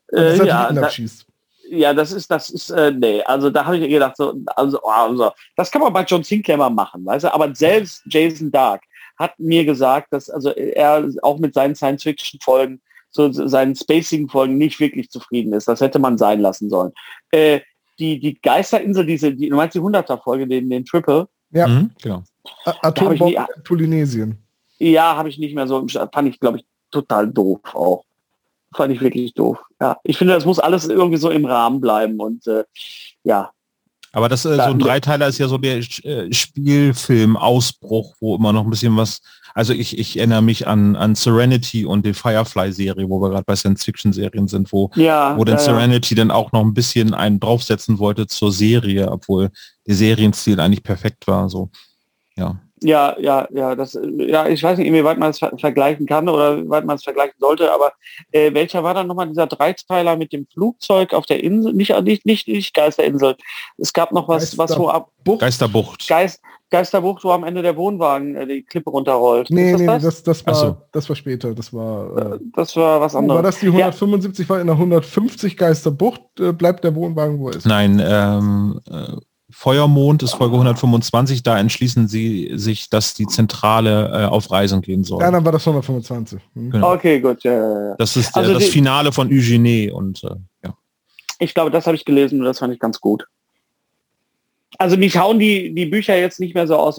Das ist nee, also da habe ich gedacht so, das kann man bei John Sinclair mal machen, weißt du, aber selbst Jason Dark hat mir gesagt, dass also er auch mit seinen Science-Fiction-Folgen, so seinen Spacing-Folgen nicht wirklich zufrieden ist. Das hätte man sein lassen sollen. Die Geisterinsel, du meinst die 100er-Folge, den Triple? Ja, genau. Atombombe in Polynesien. Ja, habe ich nicht mehr so, fand ich, glaube ich, total doof auch. Fand ich wirklich doof. Ja, ich finde, das muss alles irgendwie so im Rahmen bleiben und ja. Aber das so ein Dreiteiler ist ja so der Spielfilm-Ausbruch, wo immer noch ein bisschen was, also ich erinnere mich an Serenity und die Firefly-Serie, wo wir gerade bei Science-Fiction-Serien sind, wo dann Serenity dann auch noch ein bisschen einen draufsetzen wollte zur Serie, obwohl der Serienstil eigentlich perfekt war. So. Ja. Ja, ich weiß nicht, inwieweit man es vergleichen kann oder inwieweit man es vergleichen sollte, aber welcher war dann nochmal dieser Dreiteiler mit dem Flugzeug auf der Insel? Nicht Geisterinsel. Es gab noch was wo ab Geisterbucht. Geisterbucht, wo am Ende der Wohnwagen die Klippe runterrollt. Das war später. Das war was anderes. War das die 175, weil in der 150 Geisterbucht bleibt der Wohnwagen, wo er ist? Nein, Feuermond ist Folge 125, da entschließen sie sich, dass die Zentrale auf Reisen gehen soll. Ja, dann war das 125. Genau. Okay, gut. Ja. Das ist das Finale von Eugenie und ja. Ich glaube, das habe ich gelesen und das fand ich ganz gut. Also mich hauen die Bücher jetzt nicht mehr so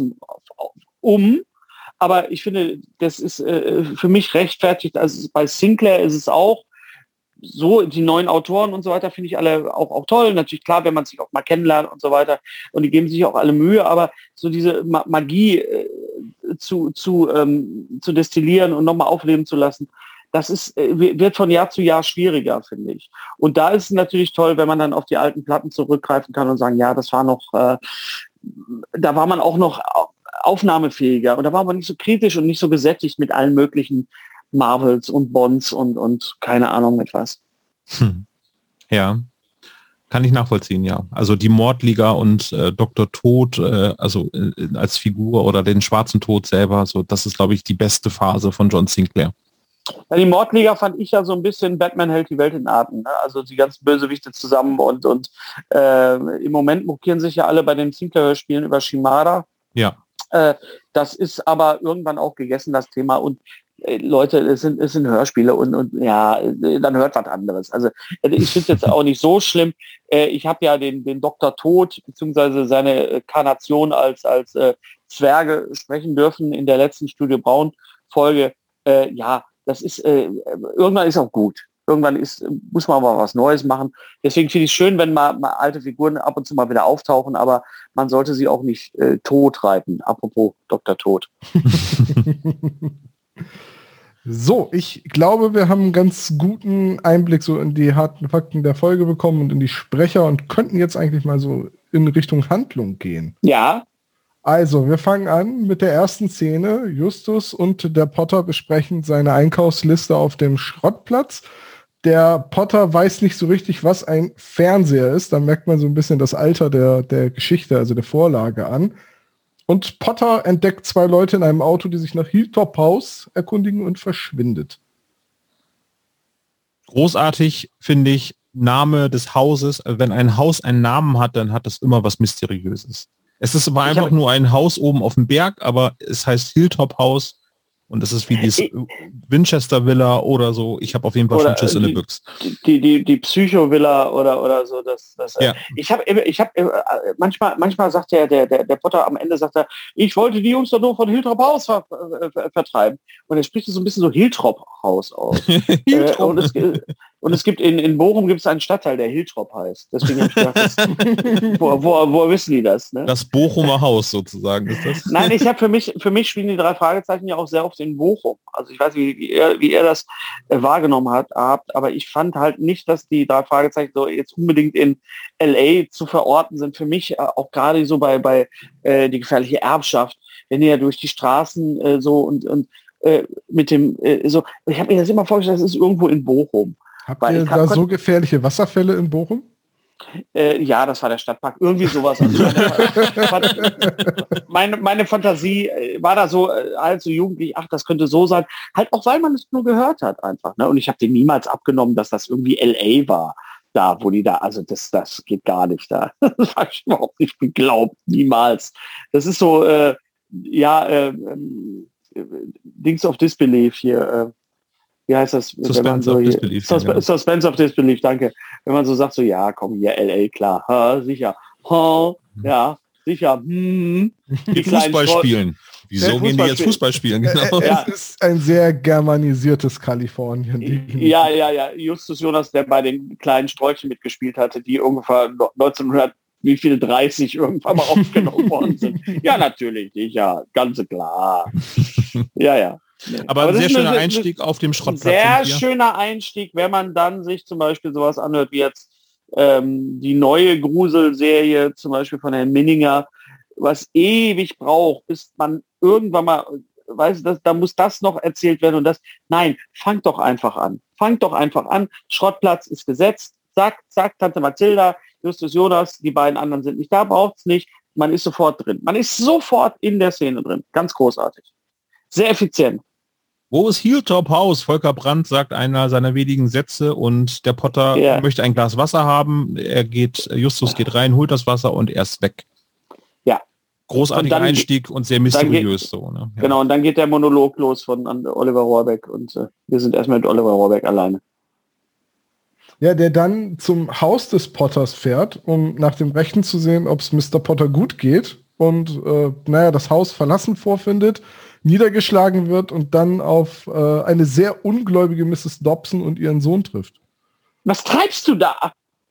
aber ich finde, das ist für mich rechtfertigt. Also bei Sinclair ist es auch so, die neuen Autoren und so weiter finde ich alle auch toll. Natürlich klar, wenn man sich auch mal kennenlernt und so weiter. Und die geben sich auch alle Mühe, aber so diese Magie zu destillieren und nochmal aufleben zu lassen, das wird von Jahr zu Jahr schwieriger, finde ich. Und da ist es natürlich toll, wenn man dann auf die alten Platten zurückgreifen kann und sagen, ja, das war noch, da war man auch noch aufnahmefähiger und da war man nicht so kritisch und nicht so gesättigt mit allen möglichen Marvels und Bonds und keine Ahnung mit was. Ja, kann ich nachvollziehen, ja. Also die Mordliga und Dr. Tod, als Figur oder den schwarzen Tod selber, so das ist, glaube ich, die beste Phase von John Sinclair. Ja, die Mordliga fand ich ja so ein bisschen Batman hält die Welt in Atem. Ne? Also die ganzen Bösewichte zusammen und im Moment mokieren sich ja alle bei den Sinclair-Hörspielen über Shimada. Ja. Das ist aber irgendwann auch gegessen, das Thema. Und Leute, es sind Hörspiele und ja, dann hört was anderes. Also ich finde es jetzt auch nicht so schlimm. Ich habe ja den Dr. Tod beziehungsweise seine Karnation als Zwerge sprechen dürfen in der letzten Studio Braun Folge. Das ist irgendwann ist auch gut. Irgendwann muss man mal was Neues machen. Deswegen finde ich es schön, wenn mal alte Figuren ab und zu mal wieder auftauchen, aber man sollte sie auch nicht tot reiten. Apropos Dr. Tod. So, ich glaube, wir haben einen ganz guten Einblick so in die harten Fakten der Folge bekommen und in die Sprecher und könnten jetzt eigentlich mal so in Richtung Handlung gehen. Ja. Also, wir fangen an mit der ersten Szene. Justus und der Potter besprechen seine Einkaufsliste auf dem Schrottplatz. Der Potter weiß nicht so richtig, was ein Fernseher ist. Da merkt man so ein bisschen das Alter der Geschichte, also der Vorlage an. Und Potter entdeckt zwei Leute in einem Auto, die sich nach Hilltop House erkundigen und verschwindet. Großartig finde ich Name des Hauses. Wenn ein Haus einen Namen hat, dann hat das immer was Mysteriöses. Es ist aber einfach nur ein Haus oben auf dem Berg, aber es heißt Hilltop House und es ist wie dieses Winchester Villa oder so. Ich habe auf jeden Fall schon Schiss in der Büchse. Die Psycho Villa oder so. Ja. Ich habe manchmal sagt der Potter am Ende sagt er, ich wollte die Jungs doch nur von Hilltop House vertreiben. Und er spricht so ein bisschen so Hilltop House aus. Und es gibt in Bochum gibt es einen Stadtteil, der Hilltop heißt. Deswegen habe ich gedacht, wo wissen die das? Ne? Das Bochumer Haus sozusagen ist das? Nein, ich habe für mich spielen die drei Fragezeichen ja auch sehr oft in Bochum. Also ich weiß nicht, wie ihr das wahrgenommen habt, aber ich fand halt nicht, dass die drei Fragezeichen so jetzt unbedingt in LA zu verorten sind. Für mich auch gerade so bei die gefährliche Erbschaft, wenn ihr ja durch die Straßen so und mit dem so, ich habe mir das immer vorgestellt, das ist irgendwo in Bochum. Habt ihr da so gefährliche Wasserfälle in Bochum? Ja, das war der Stadtpark. Irgendwie sowas. Also meine Fantasie war da so als so jugendlich, ach, das könnte so sein. Halt auch, weil man es nur gehört hat einfach. Ne? Und ich habe den niemals abgenommen, dass das irgendwie L.A. war. Da, wo die da, also das geht gar nicht da. Das habe ich überhaupt nicht geglaubt. Niemals. Das ist so, Dings of Disbelief hier. Wie heißt das? Suspense of Disbelief. Suspense of Disbelief, danke. Wenn man so sagt, so, ja, komm, hier, L.A., klar, sicher. Ja, sicher. Die Fußball spielen. Wieso gehen die jetzt Fußball spielen? Genau. Es ist ein sehr germanisiertes Kalifornien. Ja. Justus Jonas, der bei den kleinen Sträuchen mitgespielt hatte, die ungefähr 1930 irgendwann mal aufgenommen worden sind. Ja, natürlich, sicher, ganz klar. Ja. Aber ein sehr schöner Einstieg auf dem Schrottplatz. Sehr schöner Einstieg, wenn man dann sich zum Beispiel sowas anhört wie jetzt die neue Gruselserie zum Beispiel von Herrn Minninger, was ewig braucht, bis man irgendwann mal, da muss das noch erzählt werden und das. Nein, fangt doch einfach an. Schrottplatz ist gesetzt. Zack, zack, Tante Mathilda, Justus Jonas, die beiden anderen sind nicht da, braucht's nicht. Man ist sofort drin. Man ist sofort in der Szene drin. Ganz großartig. Sehr effizient. Wo ist Hilltop House? Volker Brandt sagt einer seiner wenigen Sätze und der Potter möchte ein Glas Wasser haben. Justus geht rein, holt das Wasser und er ist weg. Ja. Großartiger Einstieg und sehr mysteriös. Ja. Genau, und dann geht der Monolog los von Oliver Rohrbeck und wir sind erstmal mit Oliver Rohrbeck alleine. Ja, der dann zum Haus des Potters fährt, um nach dem Rechten zu sehen, ob es Mr. Potter gut geht und das Haus verlassen vorfindet, niedergeschlagen wird und dann auf eine sehr ungläubige Mrs. Dobson und ihren Sohn trifft. Was treibst du da?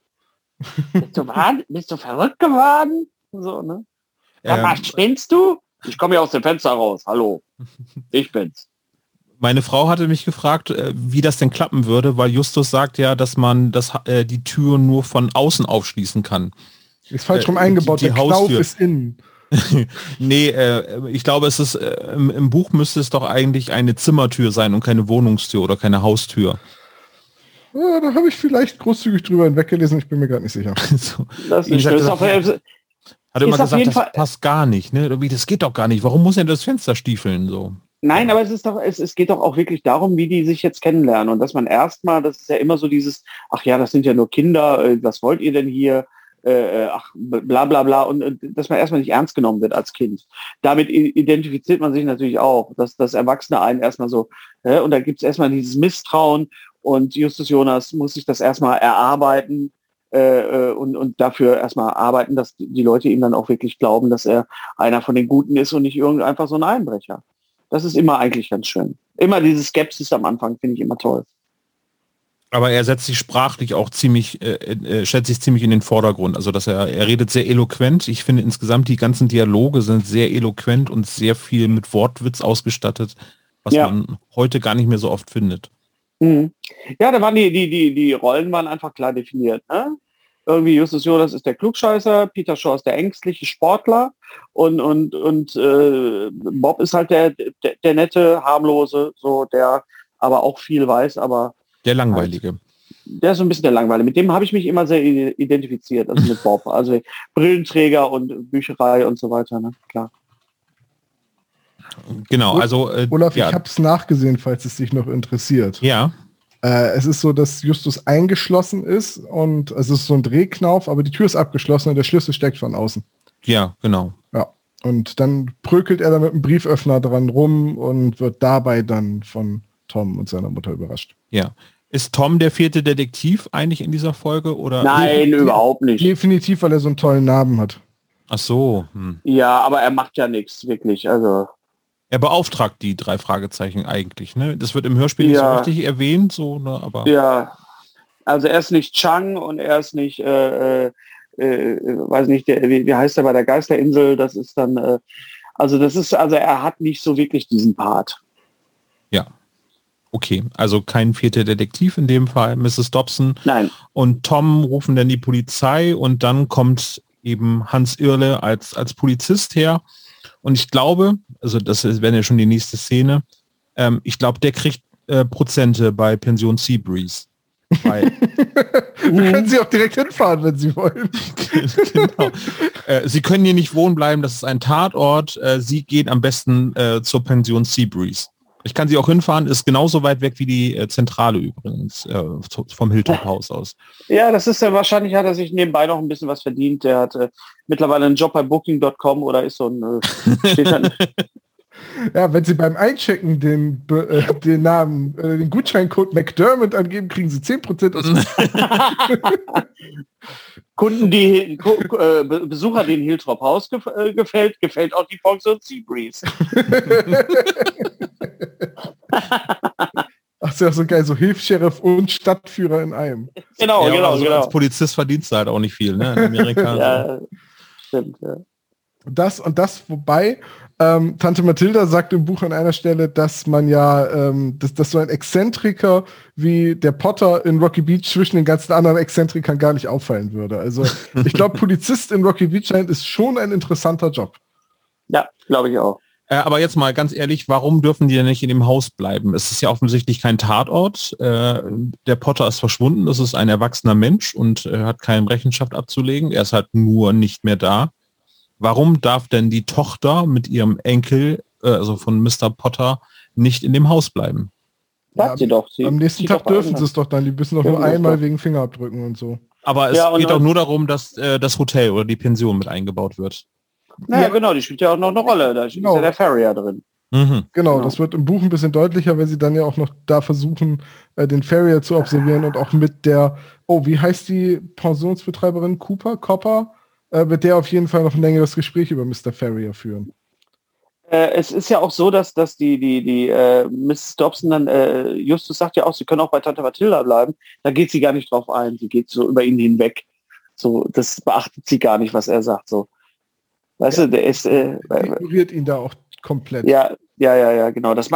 Bist du verrückt geworden? So, ne? Was spinnst du? Ich komme hier aus dem Fenster raus. Hallo, ich bin's. Meine Frau hatte mich gefragt, wie das denn klappen würde, weil Justus sagt ja, dass man die Tür nur von außen aufschließen kann. Ist falsch rum eingebaut, die der Knauf ist innen. Nee, ich glaube, es ist im Buch müsste es doch eigentlich eine Zimmertür sein und keine Wohnungstür oder keine Haustür. Ja, da habe ich vielleicht großzügig drüber hinweggelesen, ich bin mir gar nicht sicher. So. Das ist hat immer gesagt, das passt gar nicht, ne? Das geht doch gar nicht. Warum muss er das Fenster stiefeln so? Nein, aber es geht doch auch wirklich darum, wie die sich jetzt kennenlernen und dass man erstmal, das ist ja immer so dieses, ach ja, das sind ja nur Kinder, was wollt ihr denn hier? Bla bla bla und dass man erstmal nicht ernst genommen wird als Kind. Damit identifiziert man sich natürlich auch, dass das Erwachsene einen erstmal so, und da gibt es erstmal dieses Misstrauen und Justus Jonas muss sich das erstmal erarbeiten und dafür erstmal arbeiten, dass die Leute ihm dann auch wirklich glauben, dass er einer von den Guten ist und nicht einfach so ein Einbrecher. Das ist immer eigentlich ganz schön. Immer diese Skepsis am Anfang finde ich immer toll. Aber er setzt sich sprachlich auch ziemlich, schätzt sich ziemlich in den Vordergrund. Also dass er redet sehr eloquent. Ich finde insgesamt die ganzen Dialoge sind sehr eloquent und sehr viel mit Wortwitz ausgestattet, was man heute gar nicht mehr so oft findet. Mhm. Ja, da waren die Rollen waren einfach klar definiert. Ne? Irgendwie Justus Jonas ist der Klugscheißer, Peter Shaw ist der ängstliche Sportler und Bob ist halt der nette, harmlose, so der aber auch viel weiß, aber der Langweilige. Der ist so ein bisschen der Langweilige. Mit dem habe ich mich immer sehr identifiziert, also mit Bob. Also Brillenträger und Bücherei und so weiter, ne? Klar. Genau, also Olaf, ich habe es nachgesehen, falls es dich noch interessiert. Ja. Es ist so, dass Justus eingeschlossen ist und es ist so ein Drehknauf, aber die Tür ist abgeschlossen und der Schlüssel steckt von außen. Ja, genau. Ja. Und dann prökelt er da mit einem Brieföffner dran rum und wird dabei dann von Tom und seiner Mutter überrascht. Ja. Ist Tom der 4. Detektiv eigentlich in dieser Folge? Oder? Nein, überhaupt nicht. Definitiv, weil er so einen tollen Namen hat. Ach so. Ja, aber er macht ja nichts, wirklich. Also er beauftragt die 3 Fragezeichen eigentlich, ne? Das wird im Hörspiel nicht so richtig erwähnt, so, ne? Aber ja, also er ist nicht Chang und er ist nicht, weiß nicht, wie heißt er bei der Geisterinsel? Das ist dann, also er hat nicht so wirklich diesen Part. Ja. Okay, also kein 4. Detektiv in dem Fall, Mrs. Dobson. Nein. Und Tom rufen dann die Polizei und dann kommt eben Hans Irle als Polizist her. Und ich glaube, also das wäre ja schon die nächste Szene, ich glaube, der kriegt Prozente bei Pension Seabreeze. Da können Sie auch direkt hinfahren, wenn Sie wollen. Genau. Sie können hier nicht wohnen bleiben, das ist ein Tatort. Sie gehen am besten zur Pension Seabreeze. Ich kann Sie auch hinfahren, ist genauso weit weg wie die Zentrale übrigens, vom Hilltop-Haus aus. Ja, das ist ja wahrscheinlich, hat er sich nebenbei noch ein bisschen was verdient. Der hat mittlerweile einen Job bei Booking.com oder ist so ein... steht dann ja, wenn Sie beim Einchecken den Namen, den Gutscheincode McDermott angeben, kriegen Sie 10% aus. Kunden, Besucher, den Hilltop Haus gefällt auch die Pension Seabreeze. Ach, ist ja so geil, so Hilfs-Sheriff und Stadtführer in einem. Genau, ja, genau. Als Polizist verdienst du halt auch nicht viel, ne? In Amerika. Ja, stimmt, ja. Das, wobei, Tante Mathilda sagt im Buch an einer Stelle, dass man ja, dass so ein Exzentriker wie der Potter in Rocky Beach zwischen den ganzen anderen Exzentrikern gar nicht auffallen würde. Also ich glaube, Polizist in Rocky Beach ist schon ein interessanter Job. Ja, glaube ich auch. Aber jetzt mal ganz ehrlich, warum dürfen die denn nicht in dem Haus bleiben? Es ist ja offensichtlich kein Tatort. Der Potter ist verschwunden, das ist ein erwachsener Mensch und hat keine Rechenschaft abzulegen. Er ist halt nur nicht mehr da. Warum darf denn die Tochter mit ihrem Enkel, also von Mr. Potter, nicht in dem Haus bleiben? Sagt sie doch. Am nächsten Tag dürfen sie es doch dann. Die müssen doch nur einmal wegen Fingerabdrücken und so. Aber es geht doch nur darum, dass das Hotel oder die Pension mit eingebaut wird. Naja, genau, die spielt ja auch noch eine Rolle. Da ist ja der Farrier drin. Mhm. Genau, das wird im Buch ein bisschen deutlicher, weil sie dann ja auch noch da versuchen, den Farrier zu observieren und auch mit der, wie heißt die Pensionsbetreiberin? Copper? Wird der auf jeden Fall noch ein längeres Gespräch über Mr. Farrier führen. Es ist ja auch so, dass die Mrs. Dobson dann, Justus sagt ja auch, sie können auch bei Tante Mathilda bleiben. Da geht sie gar nicht drauf ein. Sie geht so über ihn hinweg. So, das beachtet sie gar nicht, was er sagt. So. Weißt du, der ist... ignoriert ihn da auch komplett. Ja, genau. Das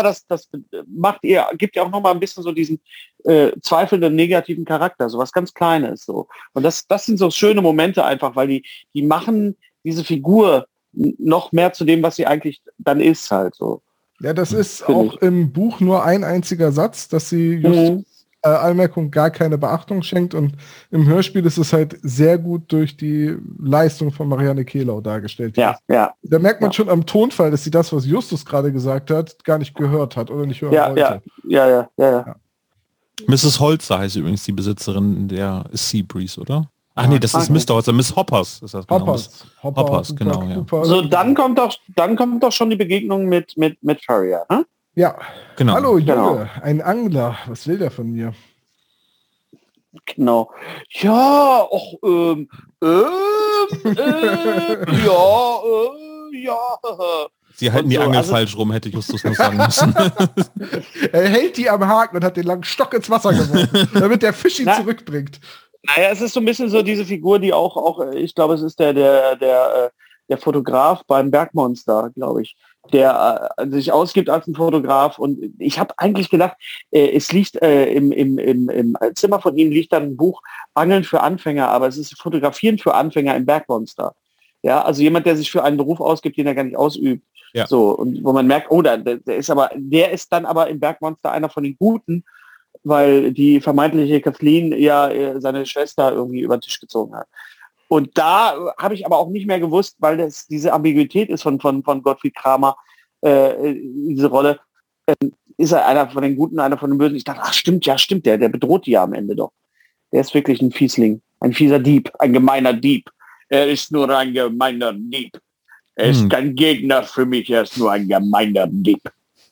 macht ihr, gibt ja auch noch mal ein bisschen so diesen zweifelnden negativen Charakter, so was ganz Kleines. So. Und das sind so schöne Momente einfach, weil die machen diese Figur noch mehr zu dem, was sie eigentlich dann ist halt so. Ja, das ist auch im Buch nur ein einziger Satz, dass sie just Anmerkung gar keine Beachtung schenkt, und im Hörspiel ist es halt sehr gut durch die Leistung von Marianne Kehlau dargestellt. Ja. Da merkt man schon am Tonfall, dass sie das, was Justus gerade gesagt hat, gar nicht gehört hat oder nicht hören wollte. Ja. Mrs. Holzer heißt übrigens die Besitzerin der Seabreeze, oder? Ach nee, das ist Mr. Holzer, Miss Hoppers ist das genau. Hoppers, genau, ja. So, dann kommt doch schon die Begegnung mit Farrier, ne? Ja, genau. Hallo Junge, ein Angler. Was will der von mir? Genau. Ja, Sie halten und die so, Angel falsch rum, hätte Justus nur sagen müssen. Er hält die am Haken und hat den langen Stock ins Wasser geworfen, damit der Fisch ihn zurückbringt. Naja, es ist so ein bisschen so diese Figur, die auch ich glaube, es ist der Fotograf beim Bergmonster, glaube ich, der sich ausgibt als ein Fotograf, und ich habe eigentlich gedacht, es liegt im Zimmer von ihm liegt dann ein Buch Angeln für Anfänger, aber es ist Fotografieren für Anfänger im Bergmonster. Ja, also jemand, der sich für einen Beruf ausgibt, den er gar nicht ausübt. Ja. So, und wo man merkt, der ist dann aber im Bergmonster einer von den Guten, weil die vermeintliche Kathleen ja seine Schwester irgendwie über den Tisch gezogen hat. Und da habe ich aber auch nicht mehr gewusst, weil das diese Ambiguität ist von Gottfried Kramer, diese Rolle, ist er einer von den Guten, einer von den Bösen. Ich dachte, stimmt, der bedroht die ja am Ende doch. Der ist wirklich ein Fiesling, ein fieser Dieb, ein gemeiner Dieb. Er ist nur ein gemeiner Dieb. Er ist kein Gegner für mich, er ist nur ein gemeiner Dieb.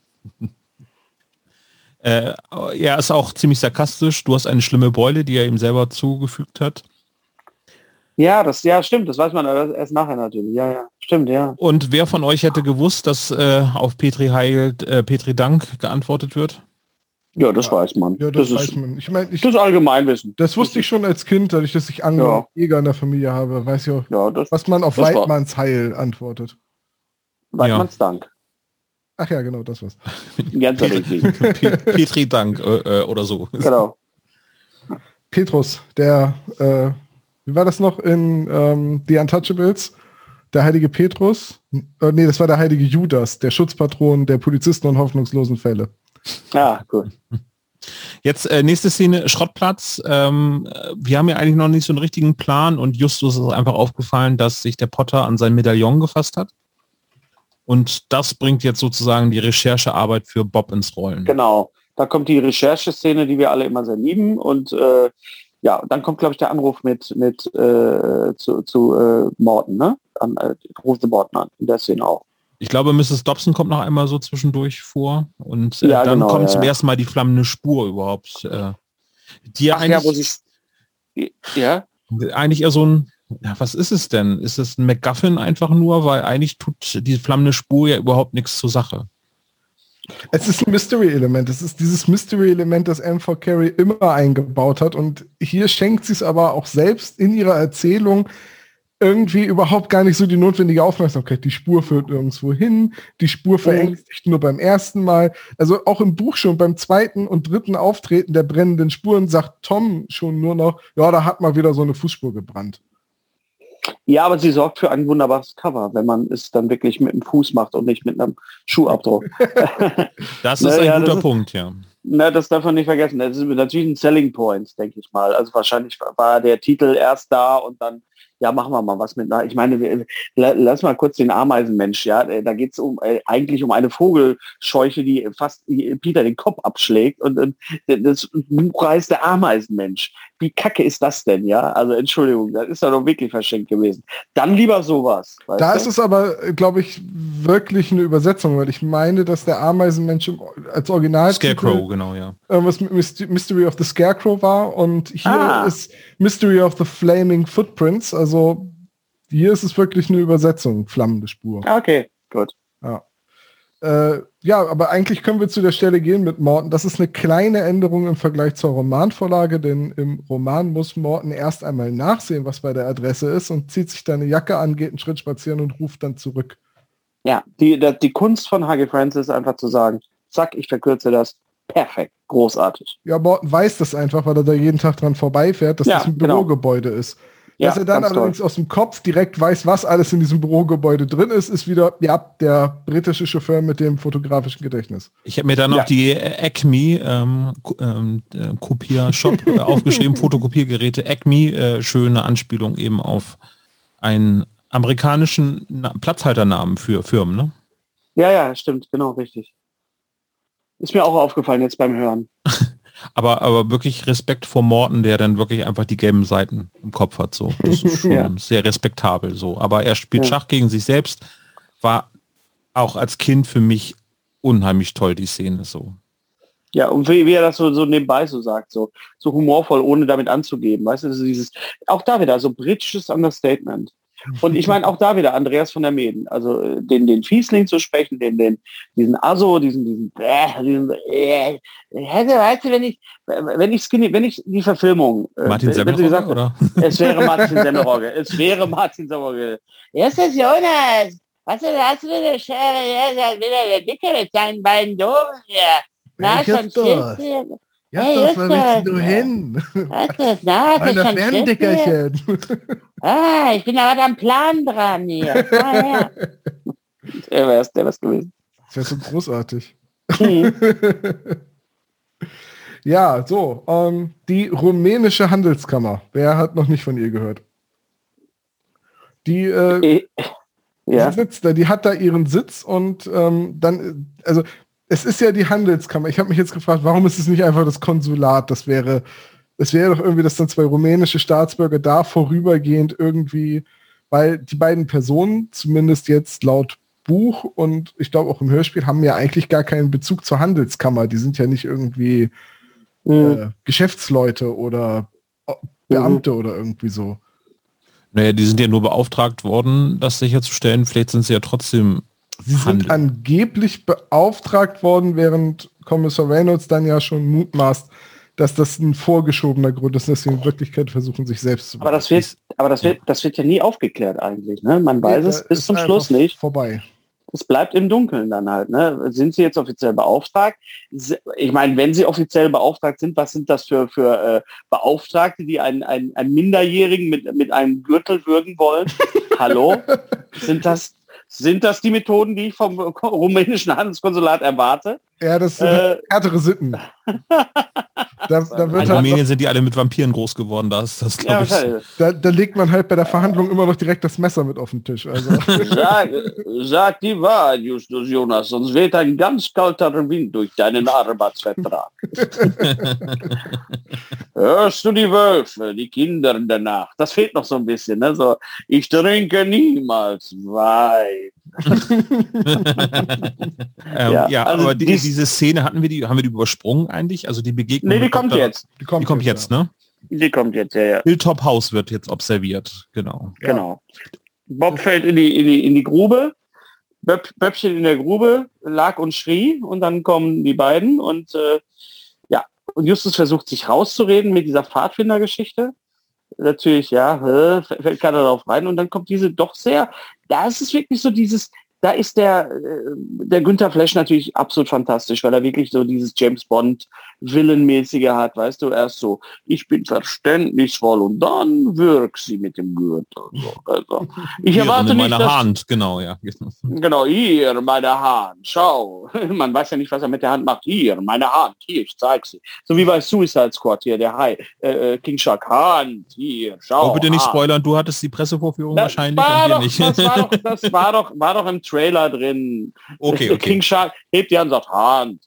Er ist auch ziemlich sarkastisch. Du hast eine schlimme Beule, die er ihm selber zugefügt hat. Ja, stimmt, das weiß man erst nachher natürlich. Ja, stimmt, ja. Und wer von euch hätte gewusst, dass auf Petri Dank geantwortet wird? Ja, das weiß man. Ja, das weiß man. Ich meine, das ist Allgemeinwissen. Das wusste ich schon als Kind, dadurch, dass ich Angler und Jäger in der Familie habe, weiß ich auch, was man auf Weidmanns Heil antwortet. Weidmanns Dank. Ach ja, genau, das war's. Ganz richtig. Petri Dank oder so. Genau. Petrus, der wie war das noch in The Untouchables? Der heilige Petrus? Nee, das war der heilige Judas, der Schutzpatron der Polizisten und hoffnungslosen Fälle. Ah, gut. Jetzt nächste Szene, Schrottplatz. Wir haben ja eigentlich noch nicht so einen richtigen Plan, und Justus ist einfach aufgefallen, dass sich der Potter an sein Medaillon gefasst hat. Und das bringt jetzt sozusagen die Recherchearbeit für Bob ins Rollen. Genau, da kommt die Rechercheszene, die wir alle immer sehr lieben, und dann kommt, glaube ich, der Anruf zu Morton, ne? Ruft Morton an, in der Szene auch. Ich glaube, Mrs. Dobson kommt noch einmal so zwischendurch vor, und dann genau, kommt zum ersten Mal die flammende Spur überhaupt. Die eigentlich eher so ein, was ist es denn? Ist es ein MacGuffin einfach nur, weil eigentlich tut die flammende Spur ja überhaupt nichts zur Sache. Es ist ein Mystery-Element. Es ist dieses Mystery-Element, das M4 Carey immer eingebaut hat. Und hier schenkt sie es aber auch selbst in ihrer Erzählung irgendwie überhaupt gar nicht so die notwendige Aufmerksamkeit. Die Spur führt nirgendwo hin, die Spur verängstigt nur beim ersten Mal. Also auch im Buch schon beim zweiten und dritten Auftreten der brennenden Spuren sagt Tom schon nur noch, ja, da hat mal wieder so eine Fußspur gebrannt. Ja, aber sie sorgt für ein wunderbares Cover, wenn man es dann wirklich mit dem Fuß macht und nicht mit einem Schuhabdruck. Das ist ein guter Punkt, ja. Na, das darf man nicht vergessen. Das ist natürlich ein Selling Point, denke ich mal. Also wahrscheinlich war der Titel erst da und dann, ja, machen wir mal was mit. Ich meine, lass mal kurz den Ameisenmensch, ja. Da geht es eigentlich um eine Vogelscheuche, die fast Peter den Kopf abschlägt und das Buch heißt der Ameisenmensch. Wie kacke ist das denn, ja? Also Entschuldigung, das ist doch wirklich verschenkt gewesen. Dann lieber sowas. Da ist es aber, glaube ich, wirklich eine Übersetzung, weil ich meine, dass der Ameisenmensch als Original Scarecrow, genau, ja. Was Mystery of the Scarecrow war und hier ist Mystery of the Flaming Footprints, also hier ist es wirklich eine Übersetzung, flammende Spur. Okay, gut. Ja, aber eigentlich können wir zu der Stelle gehen mit Morton. Das ist eine kleine Änderung im Vergleich zur Romanvorlage, denn im Roman muss Morton erst einmal nachsehen, was bei der Adresse ist und zieht sich da eine Jacke an, geht einen Schritt spazieren und ruft dann zurück. Ja, die Kunst von H.G. Francis ist einfach zu sagen, zack, ich verkürze das. Perfekt, großartig. Ja, Morton weiß das einfach, weil er da jeden Tag dran vorbeifährt, dass das ein Bürogebäude ist. Dass er dann allerdings aus dem Kopf direkt weiß, was alles in diesem Bürogebäude drin ist, ist wieder der britische Chauffeur mit dem fotografischen Gedächtnis. Ich habe mir dann noch die Acme Kopiershop aufgeschrieben, Fotokopiergeräte. Acme, schöne Anspielung eben auf einen amerikanischen Platzhalternamen für Firmen, ne? Ja, stimmt, genau, richtig. Ist mir auch aufgefallen jetzt beim Hören. Aber wirklich Respekt vor Morton, der dann wirklich einfach die gelben Seiten im Kopf hat. So. Das ist schon sehr respektabel. So. Aber er spielt Schach gegen sich selbst. War auch als Kind für mich unheimlich toll, die Szene. So. Ja, und wie er das so nebenbei so sagt, so humorvoll, ohne damit anzugeben. Weißt du, das ist dieses, auch da wieder, so britisches Understatement. Und ich meine auch da wieder Andreas von der Meeden, also den Fiesling zu sprechen, diesen Asso, diesen weißt du, wenn ich die Verfilmung Martin Semmelrogge, oder? Es wäre Martin Semmelrogge. Erstes Jonas, was hast du denn der Schere? Wieder der Dicke mit seinen beiden Domen hier. Na, schon ja, hey, wo willst du hin? Meine Ferndickerchen. Ich bin aber am Plan dran hier. Der wär's gewesen. Das wäre so großartig. Ja, so. Die rumänische Handelskammer. Wer hat noch nicht von ihr gehört? Die sitzt da, die hat da ihren Sitz und dann, also es ist ja die Handelskammer. Ich habe mich jetzt gefragt, warum ist es nicht einfach das Konsulat? Es wäre doch irgendwie, dass dann zwei rumänische Staatsbürger da vorübergehend irgendwie, weil die beiden Personen, zumindest jetzt laut Buch und ich glaube auch im Hörspiel, haben ja eigentlich gar keinen Bezug zur Handelskammer. Die sind ja nicht irgendwie Geschäftsleute oder Beamte oder irgendwie so. Naja, die sind ja nur beauftragt worden, das sicherzustellen. Vielleicht sind sie ja trotzdem Sie sind angeblich beauftragt worden, während Kommissar Reynolds dann ja schon mutmaßt, dass das ein vorgeschobener Grund ist, dass sie in Wirklichkeit versuchen, sich selbst zu beweisen. Das wird ja nie aufgeklärt eigentlich. Ne? Man weiß es bis zum Schluss nicht. Vorbei. Es bleibt im Dunkeln dann halt. Ne? Sind sie jetzt offiziell beauftragt? Ich meine, wenn sie offiziell beauftragt sind, was sind das für Beauftragte, die einen Minderjährigen mit einem Gürtel würgen wollen? Hallo? Sind das die Methoden, die ich vom rumänischen Handelskonsulat erwarte? Ja, das sind härtere Sitten. In Rumänien sind die alle mit Vampiren groß geworden. Da ist das, glaube ich. Da legt man halt bei der Verhandlung immer noch direkt das Messer mit auf den Tisch. Also. Sag die Wahrheit, Justus Jonas, sonst weht ein ganz kalter Wind durch deinen Arbeitsvertrag. Hörst du die Wölfe, die Kinder in der Nacht? Das fehlt noch so ein bisschen. Ne? So, ich trinke niemals Wein. Aber diese Szene haben wir die übersprungen eigentlich? Also die Begegnung? Nee, die kommt jetzt. Die kommt jetzt, ne? Die kommt jetzt, ja. Hilltop House wird jetzt observiert, genau. Genau. Bob fällt in die Grube, Böppchen in der Grube, lag und schrie und dann kommen die beiden und und Justus versucht sich rauszureden mit dieser Pfadfindergeschichte. natürlich, fällt keiner darauf rein. Und dann kommt diese doch sehr, da ist es wirklich so dieses, da ist der Günther Flesch natürlich absolut fantastisch, weil er wirklich so dieses James Bond Villenmäßige hat, weißt du, erst so, ich bin verständnisvoll und dann wirkt sie mit dem Gürtel. Also, ich erwarte nicht, meine Hand, genau, ja. Genau, hier, meine Hand, schau. Man weiß ja nicht, was er mit der Hand macht. Hier, meine Hand, hier, ich zeig sie. So wie bei Suicide Squad hier, der Hai, King Shark, Hand, hier, schau. Oh, bitte nicht spoilern, du hattest die Pressevorführung wahrscheinlich und wir nicht. Das war doch im Trailer drin. Okay. King Shark hebt die Hand und sagt Hand.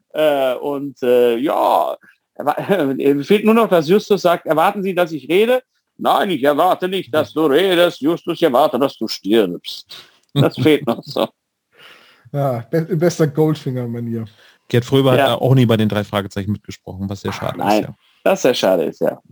Fehlt nur noch, dass Justus sagt, erwarten Sie, dass ich rede? Nein, ich erwarte nicht, dass du redest. Justus, ich erwarte, dass du stirbst. Das fehlt noch so. Ja, bester Goldfinger-Manier. Gerd Fröber hat auch nie bei den 3 Fragezeichen mitgesprochen, was sehr schade ist. Ja. Das sehr schade ist, ja.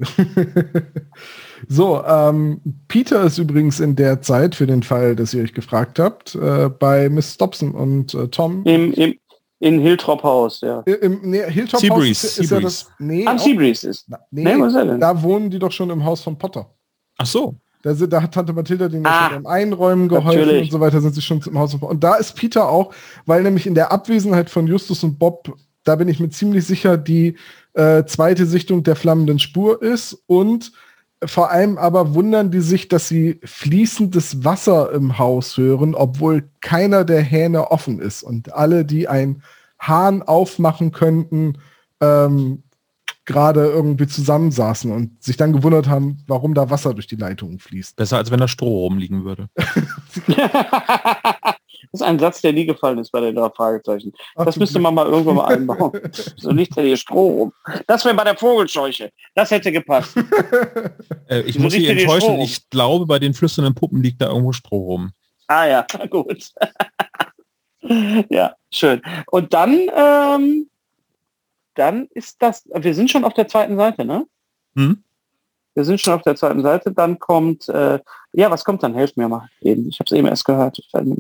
So, Peter ist übrigens in der Zeit, für den Fall, dass ihr euch gefragt habt, bei Miss Dobson und Tom. In Hilltop Haus, ja. Hilltop Seabreeze, Haus ist ja das. Seabreeze ist. Wo ist er denn? Da wohnen die doch schon im Haus von Potter. Ach so. Da hat Tante Mathilda denen schon beim Einräumen geholfen natürlich. Und so weiter, sind sie schon im Haus von Potter. Und da ist Peter auch, weil nämlich in der Abwesenheit von Justus und Bob, da bin ich mir ziemlich sicher, die zweite Sichtung der flammenden Spur ist und vor allem aber wundern die sich, dass sie fließendes Wasser im Haus hören, obwohl keiner der Hähne offen ist. Und alle, die einen Hahn aufmachen könnten, gerade irgendwie zusammensaßen und sich dann gewundert haben, warum da Wasser durch die Leitungen fließt. Besser, als wenn da Stroh rumliegen würde. Das ist ein Satz, der nie gefallen ist bei den 3 Fragezeichen. Das müsste man mal irgendwann mal einbauen. So liegt ja hier Stroh rum. Das wäre bei der Vogelscheuche. Das hätte gepasst. Ich muss Sie enttäuschen. Ich glaube, bei den flüsternden Puppen liegt da irgendwo Stroh rum. Ah ja, gut. Ja, schön. Und dann ist das, wir sind schon auf der zweiten Seite, ne? Wir sind schon auf der zweiten Seite. Dann kommt, was kommt dann? Helft mir mal eben. Ich habe es eben erst gehört.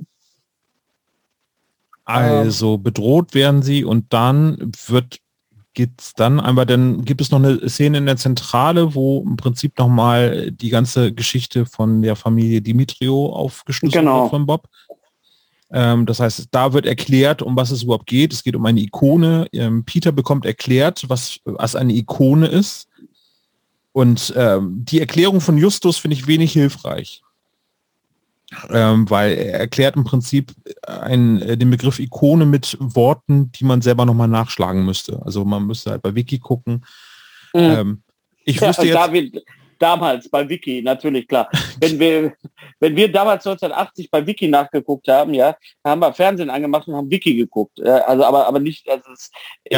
Also bedroht werden sie und dann gibt es noch eine Szene in der Zentrale, wo im Prinzip nochmal die ganze Geschichte von der Familie Dimitrio aufgeschlüsselt wird von Bob. Das heißt, da wird erklärt, um was es überhaupt geht. Es geht um eine Ikone. Peter bekommt erklärt, was eine Ikone ist. Und die Erklärung von Justus finde ich wenig hilfreich. Weil er erklärt im Prinzip den Begriff Ikone mit Worten, die man selber nochmal nachschlagen müsste. Also man müsste halt bei Wiki gucken. Ich wüsste jetzt... Damals bei Wiki, natürlich, klar. Wenn wir damals 1980 bei Wiki nachgeguckt haben, ja, haben wir Fernsehen angemacht und haben Wiki geguckt. Also aber nicht, das ist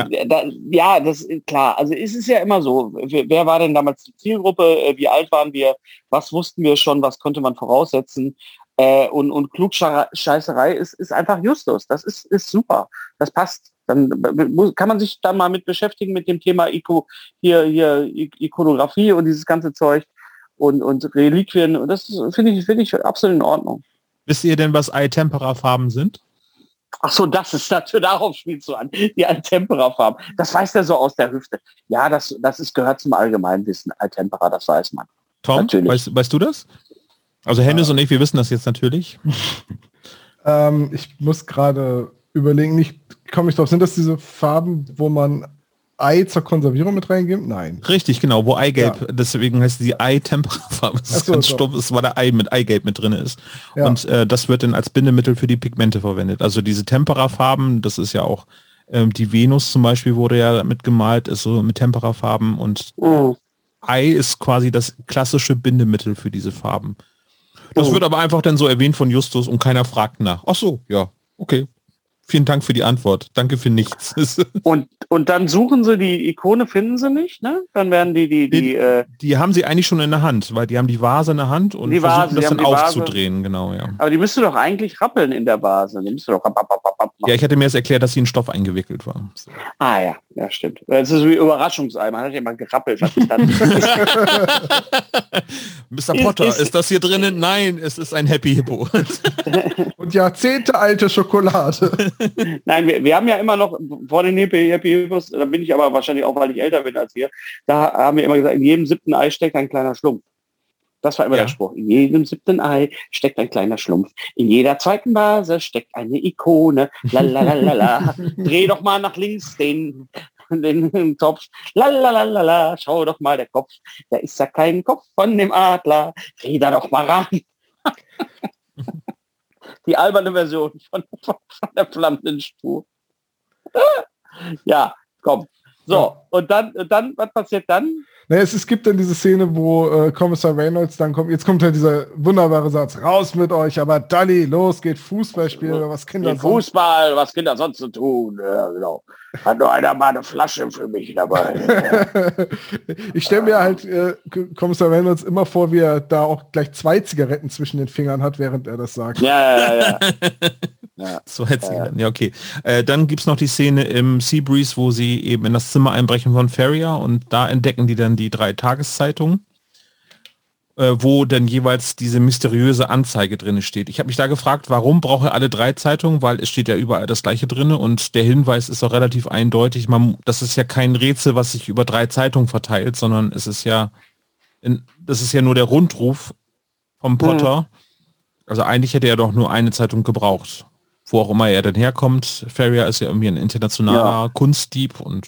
klar. Also es ist ja immer so, wer war denn damals die Zielgruppe, wie alt waren wir, was wussten wir schon, was konnte man voraussetzen? Und Klugscheißerei ist einfach Justus. Das ist super. Das passt. Dann kann man sich dann mal mit beschäftigen mit dem Thema Ikonografie und dieses ganze Zeug und Reliquien. Und das finde ich absolut in Ordnung. Wisst ihr denn, was Eye-Tempera-Farben sind? Ach so, das ist natürlich, darauf spielst du an. Die Eye-Tempera-Farben. Das weiß der so aus der Hüfte. Ja, das gehört zum Allgemeinwissen. Eye-Tempera, das weiß man. Tom, weißt du das? Also Hennes und ich, wir wissen das jetzt natürlich. Ich muss gerade überlegen, komme ich drauf, sind das diese Farben, wo man Ei zur Konservierung mit reingibt? Nein. Richtig, genau, wo Eigelb, deswegen heißt die Eye-Tempera-Farbe, das ist ganz stumpf, ist, weil der Ei mit Eigelb mit drin ist. Ja. Und das wird dann als Bindemittel für die Pigmente verwendet. Also diese Tempera-Farben, das ist ja auch, die Venus zum Beispiel wurde ja mitgemalt, ist so mit Tempera-Farben und Ei ist quasi das klassische Bindemittel für diese Farben. Das wird aber einfach dann so erwähnt von Justus und keiner fragt nach. Ach so, ja, okay. Vielen Dank für die Antwort. Danke für nichts. Und dann suchen sie die Ikone, finden sie nicht, ne? Dann werden die haben sie eigentlich schon in der Hand, weil die haben die Vase in der Hand und versuchen das dann aufzudrehen, genau, ja. Aber die müsste doch eigentlich rappeln in der Vase. Die müsste doch ja, ich hatte mir jetzt erklärt, dass sie in Stoff eingewickelt war. So. Ah ja, stimmt. Das ist wie Überraschungsei, man hat ja mal gerappelt. Was ist das? Mr. Potter, ist das hier drinnen? Nein, es ist ein Happy Hippo. Und Jahrzehnte alte Schokolade. Nein, wir haben ja immer noch vor den Happy Hippos, da bin ich aber wahrscheinlich auch, weil ich älter bin als ihr, da haben wir immer gesagt, in jedem 7. Ei steckt ein kleiner Schlumpf. Das war immer der Spruch. In jedem 7. Ei steckt ein kleiner Schlumpf. In jeder 2. Vase steckt eine Ikone. Lalalala. Dreh doch mal nach links den Topf. Lalalala. Schau doch mal der Kopf. Da ist ja kein Kopf von dem Adler. Dreh da doch mal ran. Die alberne Version von der flammenden Spur. Ja, komm. So, und dann, was passiert dann? Naja, es gibt dann diese Szene, wo Kommissar Reynolds dann kommt, jetzt kommt halt dieser wunderbare Satz, raus mit euch, aber Dully, los, geht Fußball spielen, oder was Kinder sonst. Fußball, was Kinder sonst zu tun, ja, genau. Hat nur einer mal eine Flasche für mich dabei. Ich stelle mir halt Kommissar Reynolds immer vor, wie er da auch gleich 2 Zigaretten zwischen den Fingern hat, während er das sagt. Ja. So ja, okay. Dann gibt es noch die Szene im Seabreeze, wo sie eben in das Zimmer einbrechen von Ferrier und da entdecken die dann die 3 Tageszeitungen, wo dann jeweils diese mysteriöse Anzeige drin steht. Ich habe mich da gefragt, warum braucht er alle 3 Zeitungen, weil es steht ja überall das gleiche drin und der Hinweis ist auch relativ eindeutig. Das ist ja kein Rätsel, was sich über 3 Zeitungen verteilt, sondern das ist ja nur der Rundruf vom Potter. Also eigentlich hätte er doch nur eine Zeitung gebraucht. Wo auch immer er denn herkommt. Ferrier ist ja irgendwie ein internationaler Kunstdieb und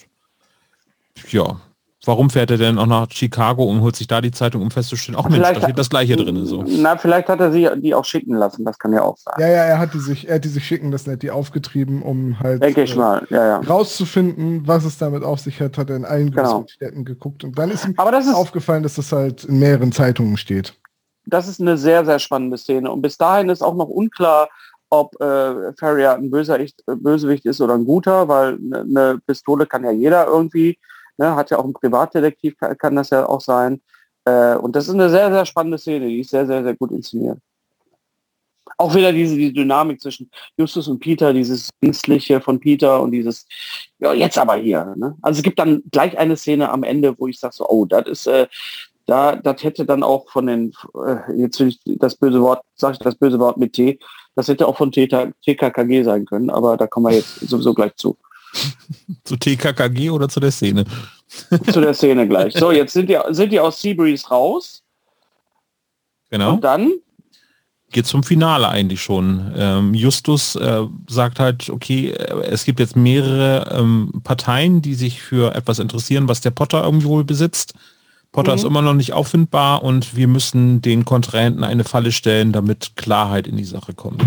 ja, warum fährt er denn auch nach Chicago und holt sich da die Zeitung, um festzustellen, auch Mensch, da steht das gleiche drin. So. Na, vielleicht hat er sie die auch schicken lassen, das kann ja auch sein. Ja, er hat die sich schicken lassen, er hat die aufgetrieben, um halt rauszufinden, was es damit auf sich hat er in allen größeren Städten geguckt und dann ist ihm aufgefallen, dass das halt in mehreren Zeitungen steht. Das ist eine sehr, sehr spannende Szene und bis dahin ist auch noch unklar, ob Ferrier ein Bösewicht ist oder ein guter, weil eine Pistole kann ja jeder irgendwie, ne, hat ja auch ein Privatdetektiv, kann das ja auch sein. Und das ist eine sehr, sehr spannende Szene, die ist sehr, sehr, sehr gut inszeniert. Auch wieder diese Dynamik zwischen Justus und Peter, dieses Ängstliche von Peter und dieses, ja, jetzt aber hier. Ne? Also es gibt dann gleich eine Szene am Ende, wo ich sage so, oh, das ist... das hätte dann auch von den, jetzt will ich das böse Wort mit T, das hätte auch von TKKG sein können, aber da kommen wir jetzt sowieso gleich zu. Zu TKKG oder zu der Szene? Zu der Szene gleich. So, jetzt sind die aus Seabreeze raus. Genau. Und dann geht zum Finale eigentlich schon. Justus sagt halt, okay, es gibt jetzt mehrere Parteien, die sich für etwas interessieren, was der Potter irgendwie wohl besitzt. Potter ist immer noch nicht auffindbar und wir müssen den Kontrahenten eine Falle stellen, damit Klarheit in die Sache kommt.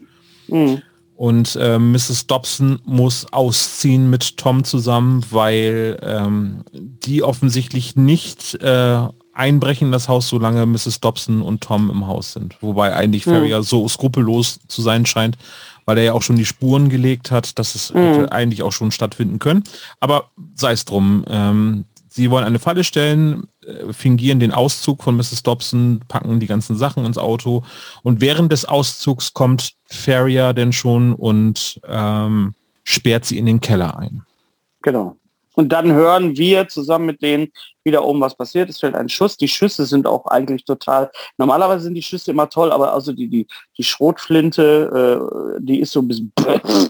Und Mrs. Dobson muss ausziehen mit Tom zusammen, weil die offensichtlich nicht einbrechen in das Haus, solange Mrs. Dobson und Tom im Haus sind. Wobei eigentlich Ferrier so skrupellos zu sein scheint, weil er ja auch schon die Spuren gelegt hat, dass es eigentlich auch schon stattfinden können. Aber sei es drum. Sie wollen eine Falle stellen, fingieren den Auszug von Mrs. Dobson, packen die ganzen Sachen ins Auto und während des Auszugs kommt Ferrier denn schon und sperrt sie in den Keller ein. Genau. Und dann hören wir zusammen mit denen wieder oben, was passiert. Es fällt ein Schuss. Die Schüsse sind auch eigentlich total, normalerweise sind die Schüsse immer toll, aber also die Schrotflinte, die ist so ein bisschen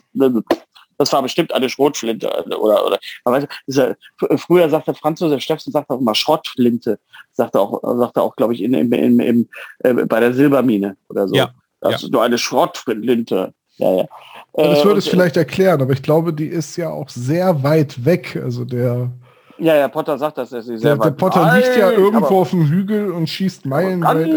das war bestimmt eine Schrotflinte oder man weiß, früher sagte Franz Josef Steffensen sagt auch immer Schrottflinte, sagte auch glaube ich bei der Silbermine oder so. Ja, das ist nur eine Schrottflinte. Ja. Das würde es vielleicht erklären, aber ich glaube, die ist ja auch sehr weit weg. Also der Potter sagt, dass er sie sehr weit weg. Der Potter liegt ja irgendwo auf dem Hügel und schießt meilenweit.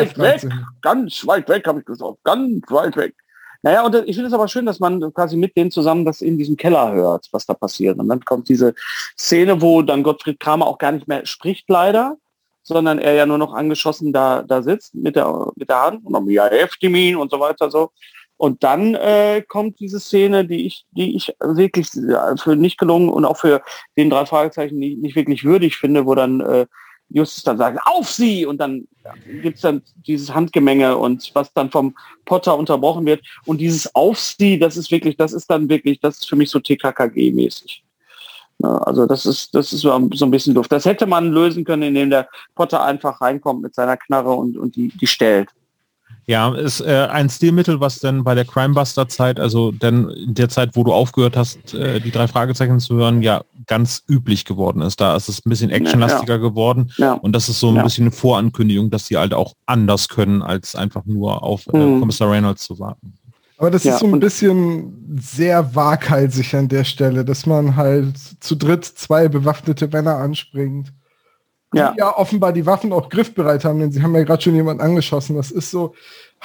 Ganz weit weg, habe ich gesagt. Ganz weit weg. Naja, und ich finde es aber schön, dass man quasi mit denen zusammen das in diesem Keller hört, was da passiert. Und dann kommt diese Szene, wo dann Gottfried Kramer auch gar nicht mehr spricht, leider, sondern er ja nur noch angeschossen da sitzt mit der Hand und dann ja, Heftimin und so weiter so. Und dann kommt diese Szene, die ich wirklich für nicht gelungen und auch für den 3 Fragezeichen nicht wirklich würdig finde, wo dann Justus dann sagt, auf sie! Und dann gibt es dann dieses Handgemenge und was dann vom Potter unterbrochen wird. Und dieses auf sie, das ist für mich so TKKG-mäßig. Ja, also das ist so ein bisschen doof. Das hätte man lösen können, indem der Potter einfach reinkommt mit seiner Knarre und die stellt. Ja, ist ein Stilmittel, was dann bei der Crimebuster-Zeit, also dann in der Zeit, wo du aufgehört hast, die 3 Fragezeichen zu hören, ja ganz üblich geworden ist. Da ist es ein bisschen actionlastiger geworden und das ist so ein bisschen eine Vorankündigung, dass die halt auch anders können, als einfach nur auf Kommissar Reynolds zu warten. Aber das ist so ein bisschen sehr waghalsig an der Stelle, dass man halt zu dritt 2 bewaffnete Männer anspringt. Die ja offenbar die Waffen auch griffbereit haben, denn sie haben ja gerade schon jemanden angeschossen. Das ist so,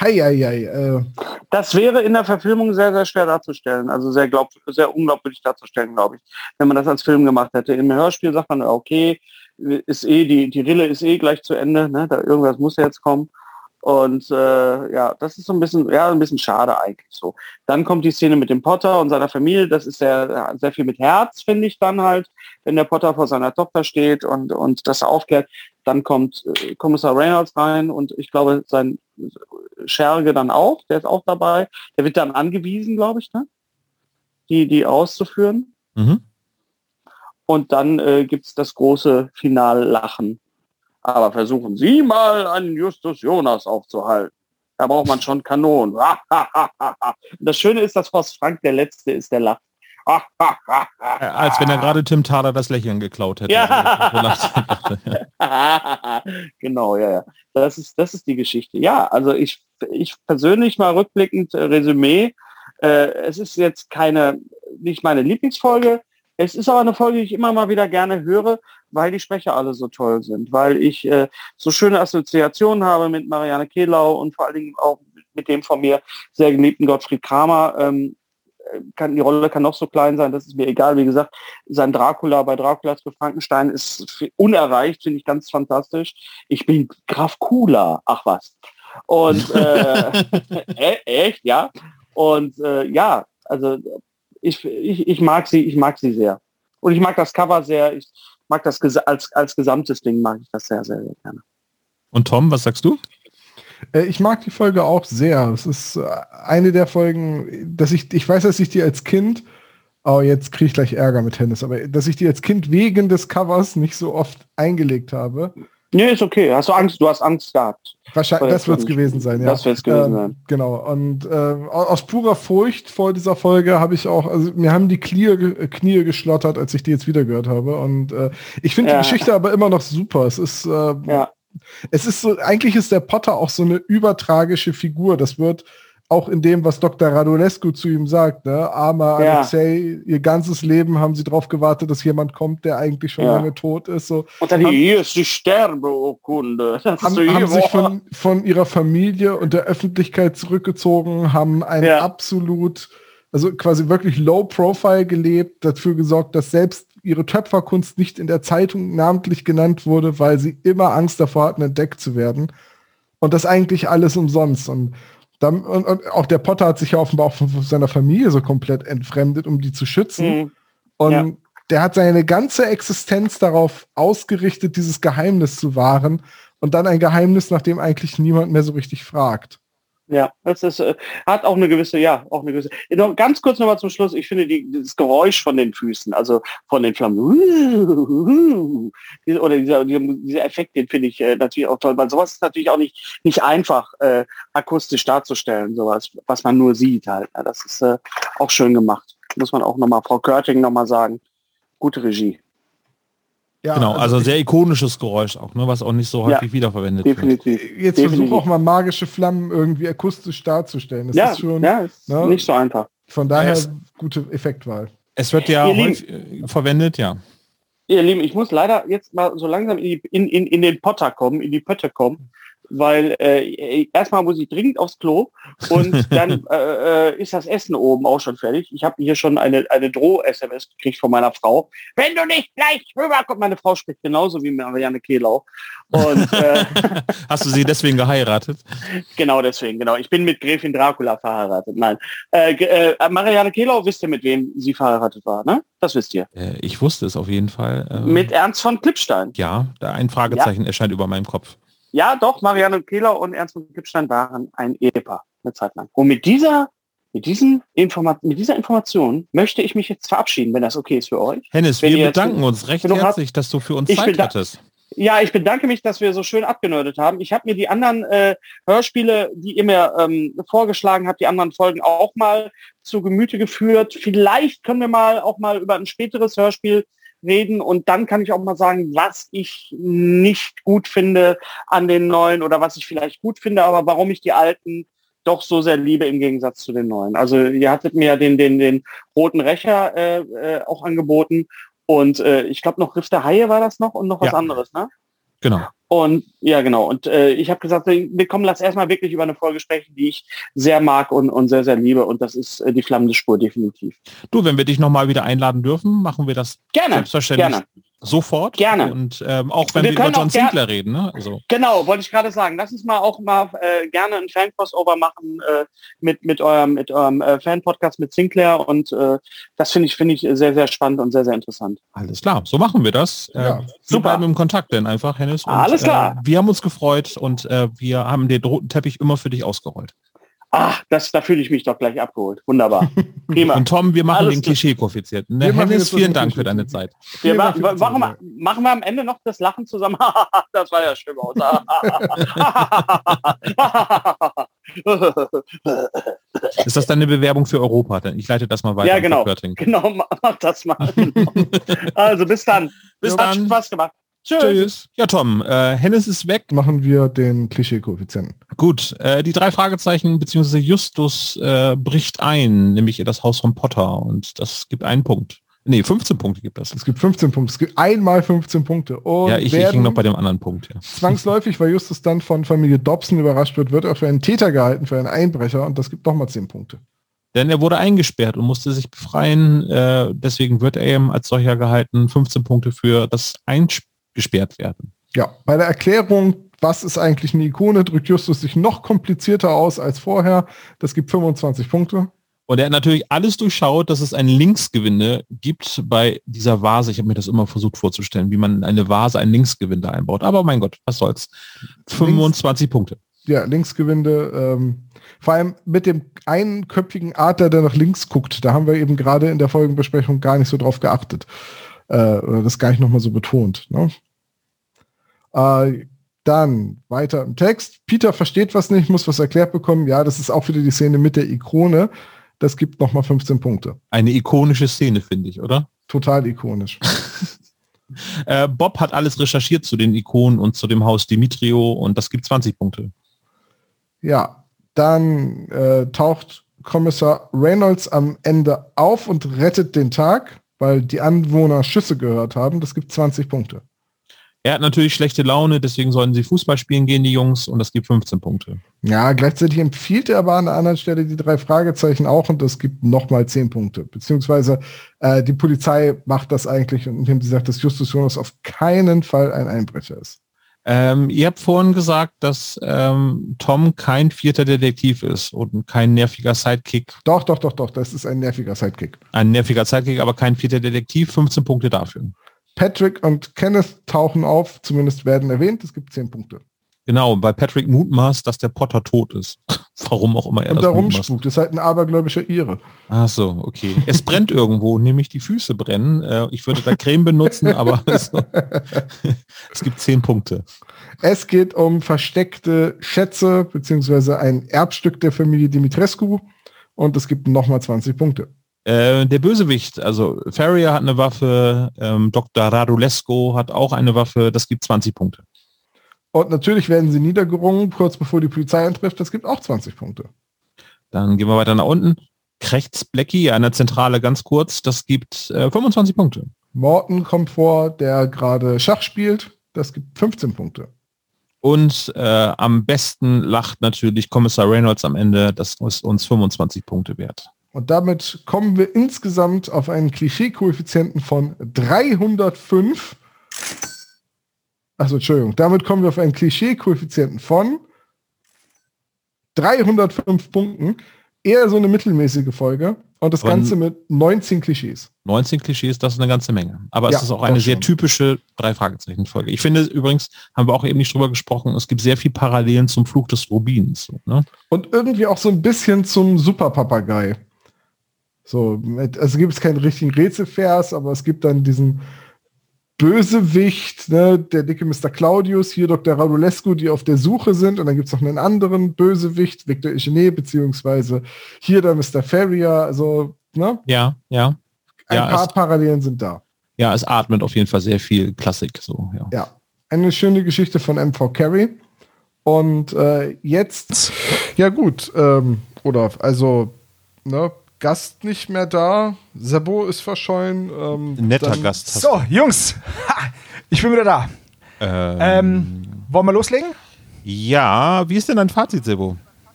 Das wäre in der Verfilmung sehr, sehr schwer darzustellen. Also sehr unglaubwürdig darzustellen, glaube ich, wenn man das als Film gemacht hätte. Im Hörspiel sagt man, okay, ist die Rille ist gleich zu Ende, ne? Da irgendwas muss jetzt kommen. Und das ist so ein bisschen schade eigentlich so. Dann kommt die Szene mit dem Potter und seiner Familie. Das ist sehr, sehr viel mit Herz, finde ich dann halt, wenn der Potter vor seiner Tochter steht und das aufklärt. Dann kommt Kommissar Reynolds rein und ich glaube, sein Scherge dann auch, der ist auch dabei. Der wird dann angewiesen, glaube ich, ne? Die auszuführen. Mhm. Und dann gibt's das große Finallachen. Aber versuchen Sie mal, einen Justus Jonas aufzuhalten. Da braucht man schon Kanonen. Das Schöne ist, dass Horst Frank der Letzte ist, der lacht. Als wenn er gerade Tim Thaler das Lächeln geklaut hätte. Ja. Genau, ja. Das ist die Geschichte. Ja, also ich persönlich mal rückblickend Resümee. Es ist jetzt nicht meine Lieblingsfolge. Es ist aber eine Folge, die ich immer mal wieder gerne höre, weil die Sprecher alle so toll sind, weil ich so schöne Assoziationen habe mit Marianne Kehlau und vor allen Dingen auch mit dem von mir sehr geliebten Gottfried Kramer. Die Rolle kann noch so klein sein, das ist mir egal. Wie gesagt, sein Dracula bei Draculas für Frankenstein ist unerreicht, finde ich ganz fantastisch. Ich bin Graf Kula, ach was. Und echt, ja. Und also ich mag sie sehr. Und ich mag das Cover sehr. Ich mag das als gesamtes Ding, mag ich das sehr, sehr, sehr gerne. Und Tom, was sagst du? Ich mag die Folge auch sehr. Es ist eine der Folgen, ich weiß, dass ich die als Kind, jetzt kriege ich gleich Ärger mit Hennes, aber dass ich die als Kind wegen des Covers nicht so oft eingelegt habe. Nee, ist okay. Hast du Angst? Du hast Angst gehabt. Wahrscheinlich, das wird es gewesen sein, ja. Das wird es gewesen sein. Genau. Und aus purer Furcht vor dieser Folge habe ich auch, also mir haben die Knie geschlottert, als ich die jetzt wieder gehört habe. Und ich finde die Geschichte aber immer noch super. Es ist so, eigentlich ist der Potter auch so eine übertragische Figur. Das wird auch in dem, was Dr. Radulescu zu ihm sagt, ne? Armer Alexei, ihr ganzes Leben haben sie darauf gewartet, dass jemand kommt, der eigentlich schon lange tot ist. So. Und dann hier ist die Sterbeurkunde. Haben sich von ihrer Familie und der Öffentlichkeit zurückgezogen, haben absolut, also quasi wirklich low profile gelebt, dafür gesorgt, dass selbst ihre Töpferkunst nicht in der Zeitung namentlich genannt wurde, weil sie immer Angst davor hatten, entdeckt zu werden. Und das eigentlich alles umsonst. Und auch der Potter hat sich ja offenbar auch von seiner Familie so komplett entfremdet, um die zu schützen. Und der hat seine ganze Existenz darauf ausgerichtet, dieses Geheimnis zu wahren. Und dann ein Geheimnis, nach dem eigentlich niemand mehr so richtig fragt. Ja, das ist, hat auch eine gewisse. Noch ganz kurz nochmal zum Schluss. Ich finde das Geräusch von den Füßen, also von den Flammen, oder dieser Effekt, den finde ich natürlich auch toll, weil sowas ist natürlich auch nicht einfach akustisch darzustellen, sowas, was man nur sieht halt. Ja, das ist auch schön gemacht. Muss man auch nochmal Frau Körting nochmal sagen. Gute Regie. Ja, genau, also sehr ikonisches Geräusch auch, ne, was auch nicht so häufig wiederverwendet wird. Jetzt versuche auch mal magische Flammen irgendwie akustisch darzustellen. Das ist schon nicht so einfach. Von daher gute Effektwahl. Es wird ja häufig verwendet, ja. Ihr Lieben, ich muss leider jetzt mal so langsam in den Potter kommen, in die Pötte kommen, weil erstmal muss ich dringend aufs Klo und dann ist das Essen oben auch schon fertig. Ich habe hier schon eine Droh-SMS gekriegt von meiner Frau. Wenn du nicht gleich rüberkommst, meine Frau spricht genauso wie Marianne Kehlau. Und, hast du sie deswegen geheiratet? Genau deswegen, genau. Ich bin mit Gräfin Dracula verheiratet. Nein. Marianne Kehlau, wisst ihr, mit wem sie verheiratet war, ne? Das wisst ihr. Ich wusste es auf jeden Fall. Mit Ernst von Klippstein. Ja, da ein Fragezeichen erscheint über meinem Kopf. Ja, doch, Marianne Kehlau und Ernst von Klippstein waren ein Ehepaar eine Zeit lang. Und mit dieser Information möchte ich mich jetzt verabschieden, wenn das okay ist für euch. Hennes, wir bedanken uns recht herzlich, dass du für uns Zeit hattest. Ja, ich bedanke mich, dass wir so schön abgenördet haben. Ich habe mir die anderen Hörspiele, die ihr mir vorgeschlagen habt, die anderen Folgen auch mal zu Gemüte geführt. Vielleicht können wir auch mal über ein späteres Hörspiel reden und dann kann ich auch mal sagen, was ich nicht gut finde an den neuen oder was ich vielleicht gut finde, aber warum ich die alten doch so sehr liebe im Gegensatz zu den neuen. Also ihr hattet mir den Roten Rächer auch angeboten und ich glaube noch Riff der Haie war das noch und noch was anderes, ne? Genau. Und ja, genau. Und ich habe gesagt, lass erstmal wirklich über eine Folge sprechen, die ich sehr mag und sehr, sehr liebe. Und das ist die flammende Spur, definitiv. Du, wenn wir dich nochmal wieder einladen dürfen, machen wir das selbstverständlich sofort. Gerne. Und auch wenn wir über John Sinclair reden. Ne? Also. Genau, wollte ich gerade sagen. Lass uns mal gerne ein Fan-Crossover machen mit eurem Fan-Podcast mit Sinclair. Und das finde ich sehr, sehr spannend und sehr, sehr interessant. Alles klar, so machen wir das. Wir bleiben im Kontakt denn einfach, Hennes. Und, alles klar. Wir haben uns gefreut und wir haben den roten Teppich immer für dich ausgerollt. Ach, da fühle ich mich doch gleich abgeholt. Wunderbar. Prima. Und Tom, wir machen den Klischee-Koeffizienten. Hennes, vielen Dank für deine Zeit. Machen wir am Ende noch das Lachen zusammen. Das war ja schön aus. Ist das deine Bewerbung für Europa? Ich leite das mal weiter. Ja, genau. Mach das mal. Also bis dann. Hat Spaß gemacht. Tschüss. Ja, Tom, Hennes ist weg. Machen wir den Klischee-Koeffizienten. Gut, die 3 Fragezeichen bzw. Justus bricht ein, nämlich das Haus von Potter und das gibt einen Punkt. Nee, 15 Punkte gibt das. Es gibt 15 Punkte. Es gibt einmal 15 Punkte. Und ja, ich hing noch bei dem anderen Punkt. Ja. Zwangsläufig, weil Justus dann von Familie Dobson überrascht wird er für einen Täter gehalten, für einen Einbrecher und das gibt nochmal 10 Punkte. Denn er wurde eingesperrt und musste sich befreien. Deswegen wird er eben als solcher gehalten. 15 Punkte für das gesperrt werden. Ja, bei der Erklärung, was ist eigentlich eine Ikone, drückt Justus sich noch komplizierter aus als vorher. Das gibt 25 Punkte. Und er hat natürlich alles durchschaut, dass es ein Linksgewinde gibt bei dieser Vase. Ich habe mir das immer versucht vorzustellen, wie man in eine Vase ein Linksgewinde einbaut. Aber mein Gott, was soll's. 25 Punkte. Ja, Linksgewinde. Vor allem mit dem einköpfigen Adler, der nach links guckt. Da haben wir eben gerade in der Folgenbesprechung gar nicht so drauf geachtet. Oder das gar nicht nochmal so betont. Ne? Dann weiter im Text. Peter versteht was nicht, muss was erklärt bekommen. Ja, das ist auch wieder die Szene mit der Ikone. Das gibt nochmal 15 Punkte. Eine ikonische Szene, finde ich, oder? Total ikonisch. Bob hat alles recherchiert zu den Ikonen und zu dem Haus Dimitrio und das gibt 20 Punkte. Ja, dann taucht Kommissar Reynolds am Ende auf und rettet den Tag, weil die Anwohner Schüsse gehört haben. Das gibt 20 Punkte. Er hat natürlich schlechte Laune, deswegen sollen sie Fußball spielen gehen, die Jungs, und das gibt 15 Punkte. Ja, gleichzeitig empfiehlt er aber an der anderen Stelle die 3 Fragezeichen auch und das gibt nochmal 10 Punkte. Beziehungsweise die Polizei macht das eigentlich und indem sie sagt, dass Justus Jonas auf keinen Fall ein Einbrecher ist. Ihr habt vorhin gesagt, dass Tom kein 4. Detektiv ist und kein nerviger Sidekick. Doch, das ist ein nerviger Sidekick. Ein nerviger Sidekick, aber kein 4. Detektiv, 15 Punkte dafür. Patrick und Kenneth tauchen auf, zumindest werden erwähnt, es gibt 10 Punkte. Genau, bei Patrick mutmaßt, dass der Potter tot ist. Warum auch immer er und das rumspukt, das ist halt ein abergläubischer Ire. Ach so, okay. Es brennt irgendwo, nämlich die Füße brennen. Ich würde da Creme benutzen, aber es gibt 10 Punkte. Es geht um versteckte Schätze, beziehungsweise ein Erbstück der Familie Dimitrescu und es gibt nochmal 20 Punkte. Der Bösewicht, also Farrier hat eine Waffe, Dr. Radulesco hat auch eine Waffe, das gibt 20 Punkte. Und natürlich werden sie niedergerungen, kurz bevor die Polizei eintrifft, das gibt auch 20 Punkte. Dann gehen wir weiter nach unten. Krechts Blackie an der Zentrale ganz kurz, das gibt 25 Punkte. Morton kommt vor, der gerade Schach spielt, das gibt 15 Punkte. Und am besten lacht natürlich Kommissar Reynolds am Ende, das ist uns 25 Punkte wert. Und damit kommen wir insgesamt auf einen Klischee-Koeffizienten von 305. Also Entschuldigung, damit kommen wir auf einen Klischee-Koeffizienten von 305 Punkten. Eher so eine mittelmäßige Folge. Und das Ganze mit 19 Klischees. 19 Klischees, das ist eine ganze Menge. Aber es ist auch eine sehr typische 3-Fragezeichen-Folge. Ich finde übrigens, haben wir auch eben nicht drüber gesprochen, es gibt sehr viel Parallelen zum Fluch des Rubins. Ne? Und irgendwie auch so ein bisschen zum Superpapagei. So, also gibt es keinen richtigen Rätselvers, aber es gibt dann diesen Bösewicht, ne, der dicke Mr. Claudius, hier Dr. Radulescu, die auf der Suche sind. Und dann gibt es noch einen anderen Bösewicht, Victor Eugene, beziehungsweise hier der Mr. Ferrier. Also, ne? Ja. Ein paar Parallelen sind da. Ja, es atmet auf jeden Fall sehr viel Klassik. So, ja. Eine schöne Geschichte von M.V. Carey. Und jetzt, ja gut, Gast nicht mehr da, Sebo ist verschollen. Netter Gast. So, Jungs, ich bin wieder da. Wollen wir loslegen? Ja, wie ist denn dein Fazit, Sebo?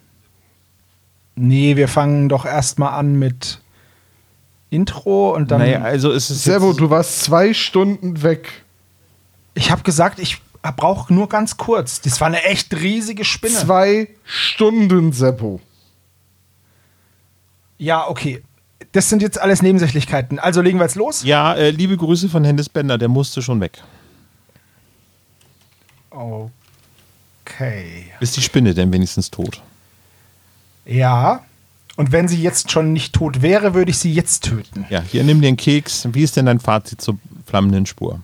Nee, wir fangen doch erstmal an mit Intro und dann... Naja, also ist es Sebo, du warst 2 Stunden weg. Ich habe gesagt, ich brauche nur ganz kurz. Das war eine echt riesige Spinne. 2 Stunden, Sebo. Ja, okay. Das sind jetzt alles Nebensächlichkeiten. Also legen wir jetzt los? Ja, liebe Grüße von Hennes Bender, der musste schon weg. Okay. Ist die Spinne denn wenigstens tot? Ja. Und wenn sie jetzt schon nicht tot wäre, würde ich sie jetzt töten. Ja, hier nimm dir einen Keks. Wie ist denn dein Fazit zur flammenden Spur?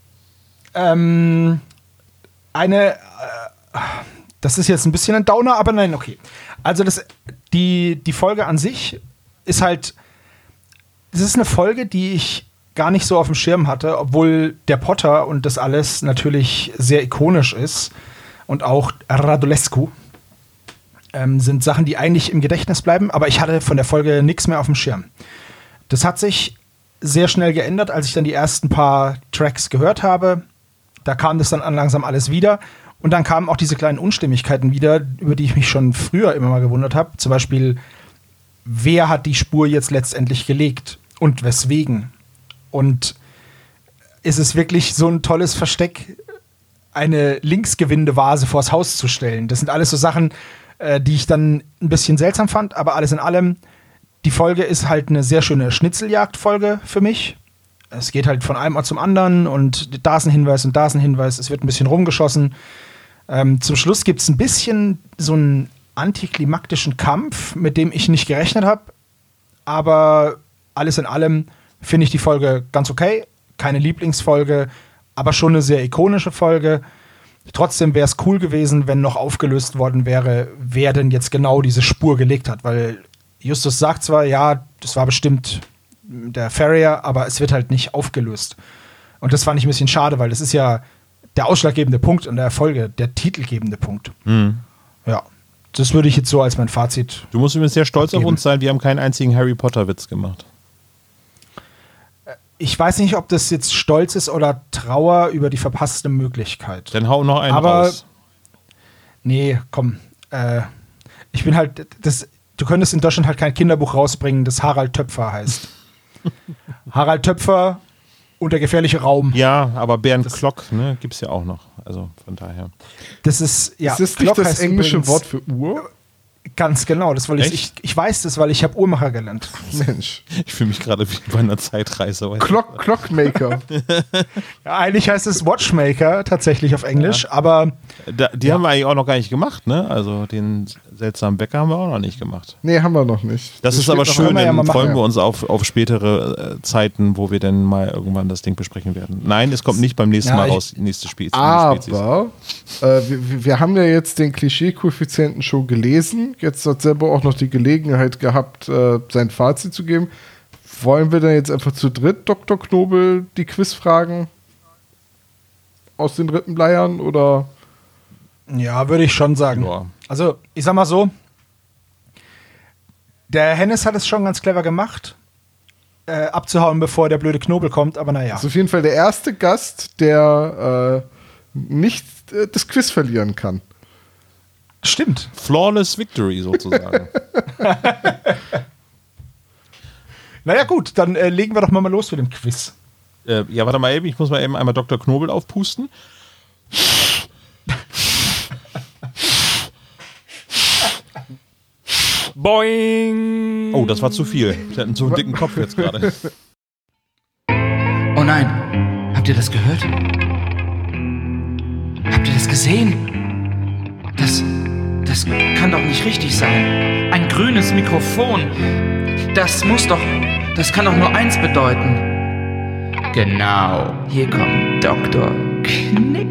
Das ist jetzt ein bisschen ein Downer, aber nein, okay. Also die Folge an sich ist halt, das ist eine Folge, die ich gar nicht so auf dem Schirm hatte, obwohl der Potter und das alles natürlich sehr ikonisch ist und auch Radulescu sind Sachen, die eigentlich im Gedächtnis bleiben, aber ich hatte von der Folge nichts mehr auf dem Schirm. Das hat sich sehr schnell geändert, als ich dann die ersten paar Tracks gehört habe. Da kam das dann langsam alles wieder. Und dann kamen auch diese kleinen Unstimmigkeiten wieder, über die ich mich schon früher immer mal gewundert habe. Zum Beispiel, wer hat die Spur jetzt letztendlich gelegt und weswegen? Und ist es wirklich so ein tolles Versteck, eine linksgewinnende Vase vors Haus zu stellen? Das sind alles so Sachen, die ich dann ein bisschen seltsam fand. Aber alles in allem, die Folge ist halt eine sehr schöne Schnitzeljagd-Folge für mich. Es geht halt von einem Ort zum anderen und da ist ein Hinweis und da ist ein Hinweis. Es wird ein bisschen rumgeschossen. Zum Schluss gibt es ein bisschen so einen antiklimaktischen Kampf, mit dem ich nicht gerechnet habe. Aber alles in allem finde ich die Folge ganz okay. Keine Lieblingsfolge, aber schon eine sehr ikonische Folge. Trotzdem wäre es cool gewesen, wenn noch aufgelöst worden wäre, wer denn jetzt genau diese Spur gelegt hat. Weil Justus sagt zwar, ja, das war bestimmt der Ferrier, aber es wird halt nicht aufgelöst. Und das fand ich ein bisschen schade, weil das ist ja der ausschlaggebende Punkt in der Folge, der titelgebende Punkt. Mhm. Ja, das würde ich jetzt so als mein Fazit. Du musst übrigens sehr stolz auf uns sein, wir haben keinen einzigen Harry Potter-Witz gemacht. Ich weiß nicht, ob das jetzt Stolz ist oder Trauer über die verpasste Möglichkeit. Dann hau noch einen raus. Nee, komm. Ich bin halt, du könntest in Deutschland halt kein Kinderbuch rausbringen, das Harald Töpfer heißt. Harald Töpfer und der gefährliche Raum. Ja, aber Bernd Klock, ne, gibt's ja auch noch. Also von daher. Das ist, ja. Ist das nicht das englische Wort für Uhr? Ganz genau, das weil ich weiß das, weil ich habe Uhrmacher gelernt. Mensch. Ich fühle mich gerade wie bei einer Zeitreise. Clockmaker. Ja, eigentlich heißt es Watchmaker tatsächlich auf Englisch, ja. Aber die haben wir eigentlich auch noch gar nicht gemacht, ne? Also den seltsamen Bäcker haben wir auch noch nicht gemacht. Nee, haben wir noch nicht. Das ist aber schön, dann freuen wir uns auf spätere Zeiten, wo wir dann mal irgendwann das Ding besprechen werden. Nein, es kommt nicht beim nächsten Mal raus, nächste Spezies. Aber wir haben ja jetzt den Klischee-Koeffizienten schon gelesen. Jetzt hat Sebo auch noch die Gelegenheit gehabt, sein Fazit zu geben. Wollen wir denn jetzt einfach zu dritt Dr. Knobel die Quizfragen aus den Rippen leiern, oder? Ja, würde ich schon sagen. Ja. Also, ich sag mal so, der Hennes hat es schon ganz clever gemacht, abzuhauen, bevor der blöde Knobel kommt, aber naja. Das ist auf jeden Fall der erste Gast, der nicht das Quiz verlieren kann. Stimmt. Flawless Victory sozusagen. Naja gut, dann legen wir doch mal los mit dem Quiz. Ja, warte mal eben, ich muss mal eben einmal Dr. Knobel aufpusten. Boing! Oh, das war zu viel. Der hat so einen dicken Kopf jetzt gerade. Oh nein, habt ihr das gehört? Habt ihr das gesehen? Das kann doch nicht richtig sein. Ein grünes Mikrofon. Das kann doch nur eins bedeuten. Genau. Hier kommt Dr. Knick.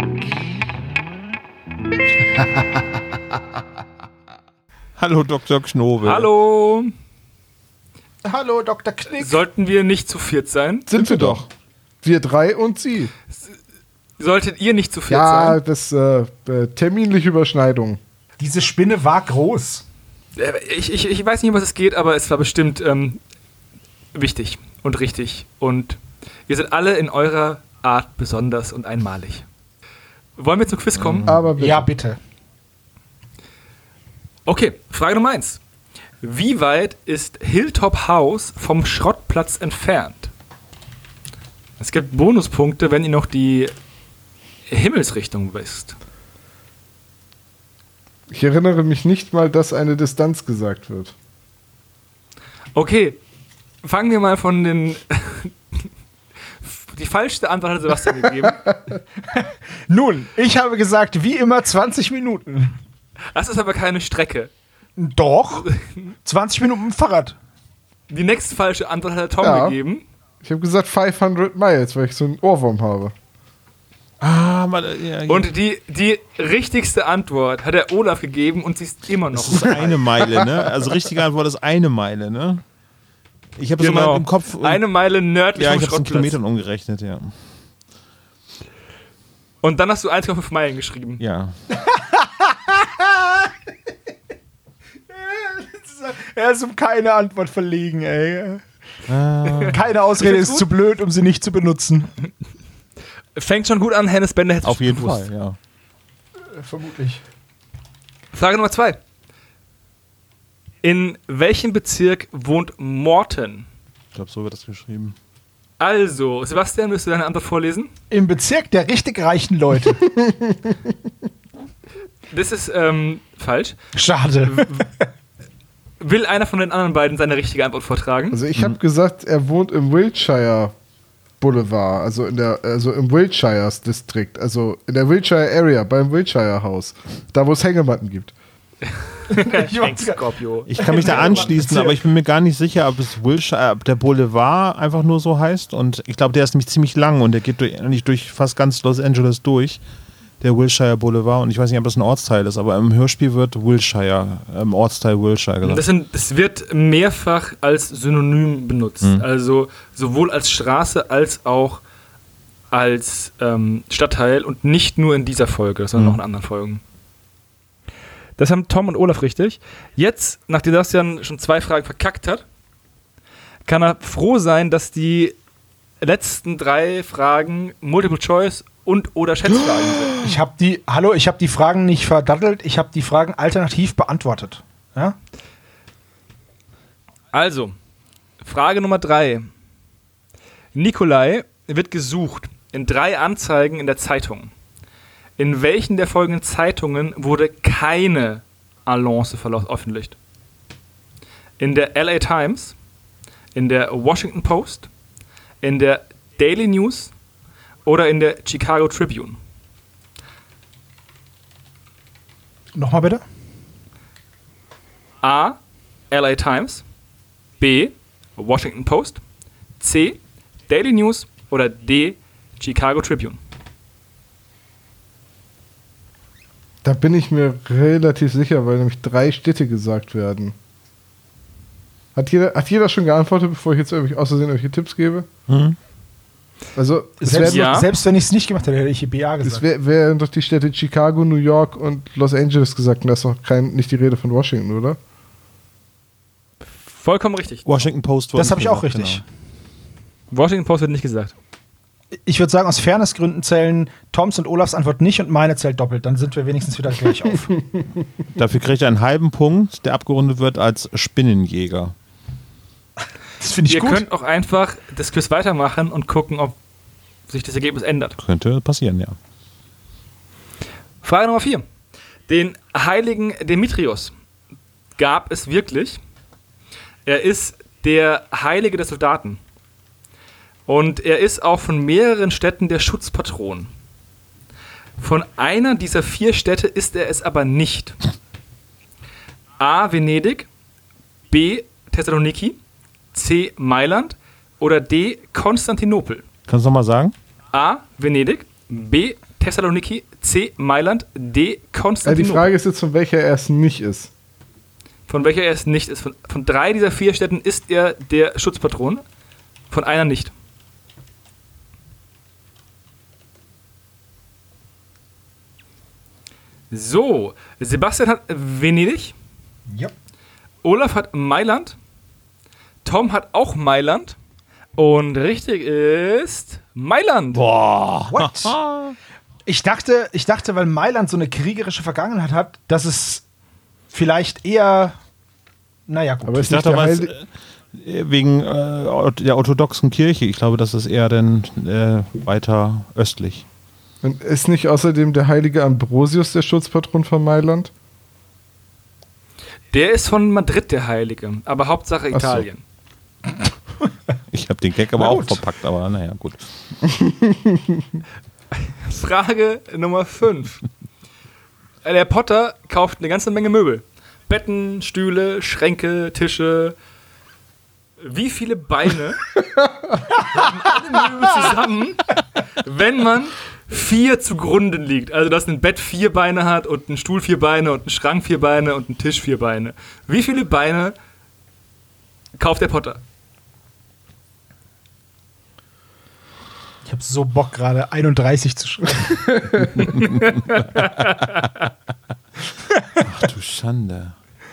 Hallo Dr. Knobel. Hallo. Hallo, Dr. Knick. Sollten wir nicht zu viert sein? Sind wir doch. Wir 3 und Sie. Solltet ihr nicht zu viert Ja, sein? das terminliche Überschneidung. Diese Spinne war groß. Ich weiß nicht, um was es geht, aber es war bestimmt wichtig und richtig. Und ihr seid alle in eurer Art besonders und einmalig. Wollen wir zum Quiz kommen? Aber bitte. Ja, bitte. Okay, Frage Nummer 1. Wie weit ist Hilltop House vom Schrottplatz entfernt? Es gibt Bonuspunkte, wenn ihr noch die Himmelsrichtung wisst. Ich erinnere mich nicht mal, dass eine Distanz gesagt wird. Okay, fangen wir mal von den... Die falschste Antwort hat Sebastian gegeben. Nun, ich habe gesagt, wie immer 20 Minuten. Das ist aber keine Strecke. Doch. 20 Minuten mit dem Fahrrad. Die nächste falsche Antwort hat der Tom Ja. gegeben. Ich habe gesagt 500 Miles, weil ich so einen Ohrwurm habe. Und die richtigste Antwort hat der Olaf gegeben und sie ist immer noch. Das ist eine Meile, ne? Also richtige Antwort ist eine Meile, ne? Ich habe so mal im Kopf... Eine Meile nördlich Ja, vom ich habe es in Schrottplatz. Kilometern umgerechnet, ja. Und dann hast du 1,5 Meilen geschrieben. Ja. Er ist um keine Antwort verlegen, ey. Keine Ausrede ist zu blöd, um sie nicht zu benutzen. Fängt schon gut an, Hennes Bender hätte Auf jeden gewusst. Fall, ja. Vermutlich. Frage Nummer 2. In welchem Bezirk wohnt Morton? Ich glaube, so wird das geschrieben. Also, Sebastian, willst du deine Antwort vorlesen? Im Bezirk der richtig reichen Leute. Das ist falsch. Schade. Will einer von den anderen beiden seine richtige Antwort vortragen? Also ich habe gesagt, er wohnt im Wiltshire Boulevard, also im Wiltshires Distrikt, also in der Wiltshire Area, beim Wiltshire Haus, da wo es Hängematten gibt. Scorpio. Ich kann mich da anschließen, aber ich bin mir gar nicht sicher, ob es Wilshire, ob der Boulevard einfach nur so heißt. Und ich glaube, der ist nämlich ziemlich lang und der geht eigentlich durch fast ganz Los Angeles durch. Der Wilshire Boulevard. Und ich weiß nicht, ob das ein Ortsteil ist, aber im Hörspiel wird Wilshire, im Ortsteil Wilshire gesagt. Das wird mehrfach als Synonym benutzt. Also sowohl als Straße als auch als Stadtteil und nicht nur in dieser Folge, sondern auch in anderen Folgen. Das haben Tom und Olaf richtig. Jetzt, nachdem Sebastian schon 2 Fragen verkackt hat, kann er froh sein, dass die letzten 3 Fragen Multiple Choice und oder Schätzfragen sind. Ich habe die Fragen nicht verdattelt, ich habe die Fragen alternativ beantwortet. Ja? Also, Frage Nummer 3. Nikolai wird gesucht in 3 Anzeigen in der Zeitung. In welchen der folgenden Zeitungen wurde keine Annonce veröffentlicht? In der LA Times, in der Washington Post, in der Daily News oder in der Chicago Tribune? Nochmal bitte? A. LA Times, B. Washington Post, C. Daily News oder D. Chicago Tribune? Da bin ich mir relativ sicher, weil nämlich 3 Städte gesagt werden. Hat jeder schon geantwortet, bevor ich jetzt aus Versehen irgendwelche Tipps gebe? Also, selbst wenn ich es nicht gemacht hätte, hätte ich BA gesagt. Es wären doch die Städte Chicago, New York und Los Angeles gesagt. Und da ist noch nicht die Rede von Washington, oder? Vollkommen richtig. Washington Post. Das habe ich auch richtig. Genau. Washington Post wird nicht gesagt. Ich würde sagen, aus Fairnessgründen zählen Toms und Olafs Antwort nicht und meine zählt doppelt. Dann sind wir wenigstens wieder gleich auf. Dafür kriegt er einen halben Punkt, der abgerundet wird als Spinnenjäger. Das finde ich gut. Ihr könnt auch einfach das Quiz weitermachen und gucken, ob sich das Ergebnis ändert. Könnte passieren, ja. Frage Nummer 4. Den heiligen Demetrius gab es wirklich. Er ist der Heilige der Soldaten. Und er ist auch von mehreren Städten der Schutzpatron. Von einer dieser 4 Städte ist er es aber nicht. A. Venedig, B. Thessaloniki, C. Mailand oder D. Konstantinopel. Kannst du nochmal sagen? A. Venedig. B. Thessaloniki. C. Mailand. D. Konstantinopel. Die Frage ist jetzt, von welcher er es nicht ist. Von welcher er es nicht ist. Von 3 dieser 4 Städten ist er der Schutzpatron. Von einer nicht. So, Sebastian hat Venedig. Ja. Olaf hat Mailand. Tom hat auch Mailand. Und richtig ist Mailand. Boah. What? Ich dachte, weil Mailand so eine kriegerische Vergangenheit hat, dass es vielleicht eher, naja, gut. Aber Ich dachte aber, wegen der orthodoxen Kirche. Ich glaube, das ist eher dann weiter östlich. Und ist nicht außerdem der heilige Ambrosius der Schutzpatron von Mailand? Der ist von Madrid der Heilige, aber Hauptsache Italien. Ich habe den Gag aber auch verpackt, aber naja, gut. Frage Nummer 5. Der Potter kauft eine ganze Menge Möbel. Betten, Stühle, Schränke, Tische. Wie viele Beine haben alle Möbel zusammen, wenn man 4 zugrunde liegt? Also, dass ein Bett 4 Beine hat und ein Stuhl 4 Beine und ein Schrank 4 Beine und ein Tisch 4 Beine. Wie viele Beine kauft der Potter? Ich habe so Bock gerade 31 zu schreiben. Ach du Schande.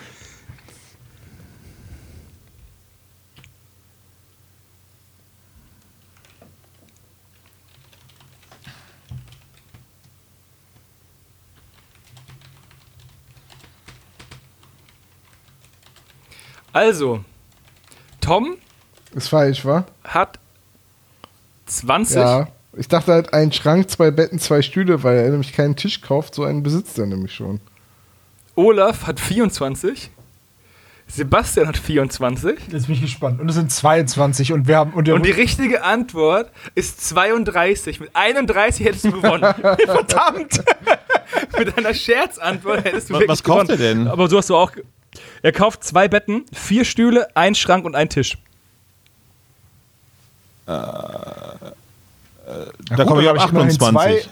Also, Tom Ist falsch, wa? hat 20. Ja. Ich dachte halt, ein Schrank, 2 Betten, 2 Stühle, weil er nämlich keinen Tisch kauft. So einen besitzt er nämlich schon. Olaf hat 24. Sebastian hat 24. Jetzt bin ich gespannt. Und es sind 22 und wir haben. Und die richtige Antwort ist 32. Mit 31 hättest du gewonnen. verdammt! Mit einer Scherzantwort hättest du wirklich Was kauft gewonnen. er denn? Aber so hast du auch. Er kauft 2 Betten, 4 Stühle, 1 Schrank und 1 Tisch. Da komme ich auf 28.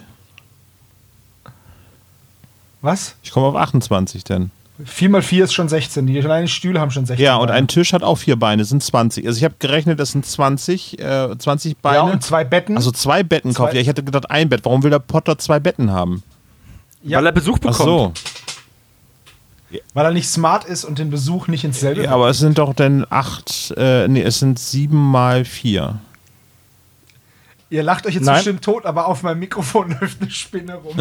Was? Ich komme auf 28 denn. 4 mal 4 ist schon 16. Die kleinen Stühle haben schon 16. Ja, und Beine. ein Tisch hat auch 4 Beine, sind 20. Also ich habe gerechnet, das sind 20 Beine. Ja, und 2 Betten. Also 2 Betten kauft er. Ich hätte gedacht, ein Bett. Warum will der Potter 2 Betten haben? Ja. Weil er Besuch Ach bekommt. so. Weil er nicht smart ist und den Besuch nicht ins selbe. Ja, aber es sind doch dann 7 mal 4. Ihr lacht euch jetzt Nein. bestimmt tot, aber auf meinem Mikrofon läuft eine Spinne rum.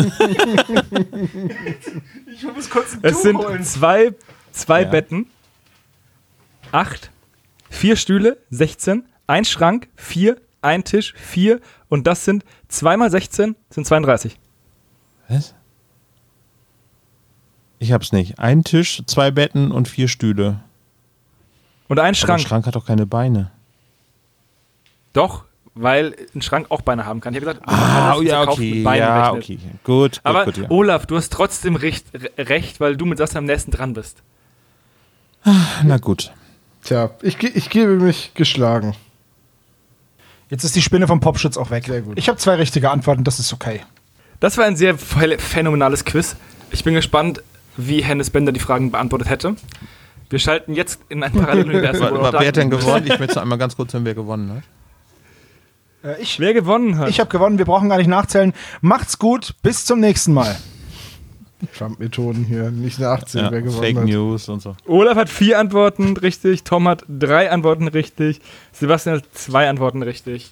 Ich muss kurz ein Es Tuch sind holen. 2 Ja. Betten, 8, 4 Stühle, 16, 1 Schrank, 4, 1 Tisch, 4 und das sind 2 mal 16, sind 32. Was? Ich hab's nicht. Ein Tisch, 2 Betten und 4 Stühle. Und ein Aber Schrank. der Schrank hat doch keine Beine. Doch, weil ein Schrank auch Beine haben kann. Ich habe gesagt, Okay. Ja, okay. Gut, Aber gut, ja. Olaf, du hast trotzdem recht, weil du mit Sascha am nächsten dran bist. Na gut. Tja, ich gebe mich geschlagen. Jetzt ist die Spinne vom Popschutz auch weg. Sehr gut. Ich habe 2 richtige Antworten, das ist okay. Das war ein sehr phänomenales Quiz. Ich bin gespannt, wie Hennes Bender die Fragen beantwortet hätte. Wir schalten jetzt in ein Paralleluniversum. Wer hat denn gewonnen? Ich möchte einmal ganz kurz hören, wer gewonnen hat. Wer gewonnen hat? Ich habe gewonnen, wir brauchen gar nicht nachzählen. Macht's gut, bis zum nächsten Mal. Trump-Methoden hier, nicht eine 18, Ja, wer gewonnen Fake hat. News und so. Olaf hat 4 Antworten richtig, Tom hat 3 Antworten richtig, Sebastian hat 2 Antworten richtig.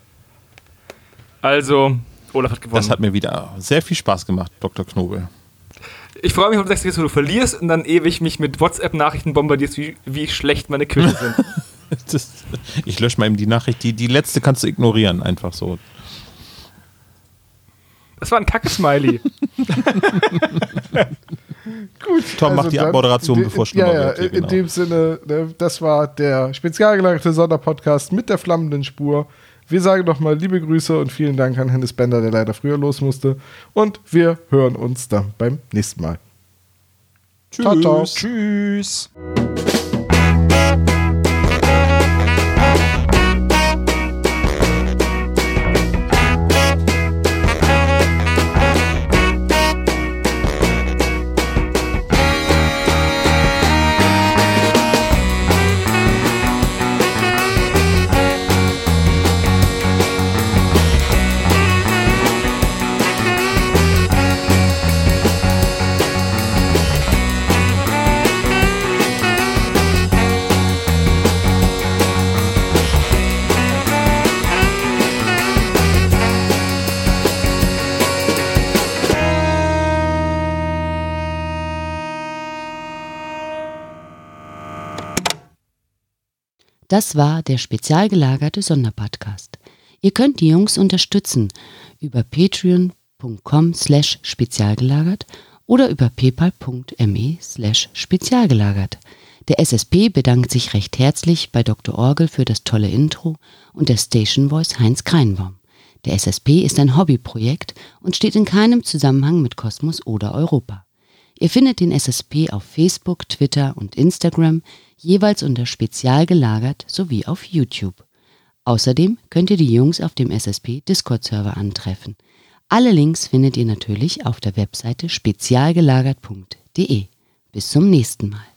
Also, Olaf hat gewonnen. Das hat mir wieder sehr viel Spaß gemacht, Dr. Knobel. Ich freue mich auf das nächste, wo du verlierst und dann ewig mich mit WhatsApp-Nachrichten bombardierst, wie schlecht meine Quizze sind. Ich lösche mal eben die Nachricht. Die letzte kannst du ignorieren, einfach so. Das war ein Kacke-Smiley. Gut, Tom, mach die dann- Abmoderation, bevor es schlimmer wird. Hier, In dem Sinne, das war der spezial gelagerte Sonderpodcast mit der flammenden Spur. Wir sagen nochmal liebe Grüße und vielen Dank an Hennes Bender, der leider früher los musste. Und wir hören uns dann beim nächsten Mal. Tschüss. Ciao, ciao. Tschüss. Das war der spezial gelagerte Sonderpodcast. Ihr könnt die Jungs unterstützen über patreon.com/spezialgelagert oder über paypal.me/spezialgelagert. Der SSP bedankt sich recht herzlich bei Dr. Orgel für das tolle Intro und der Station Voice Heinz Kreinbaum. Der SSP ist ein Hobbyprojekt und steht in keinem Zusammenhang mit Kosmos oder Europa. Ihr findet den SSP auf Facebook, Twitter und Instagram, jeweils unter Spezial gelagert sowie auf YouTube. Außerdem könnt ihr die Jungs auf dem SSP Discord-Server antreffen. Alle Links findet ihr natürlich auf der Webseite spezialgelagert.de. Bis zum nächsten Mal.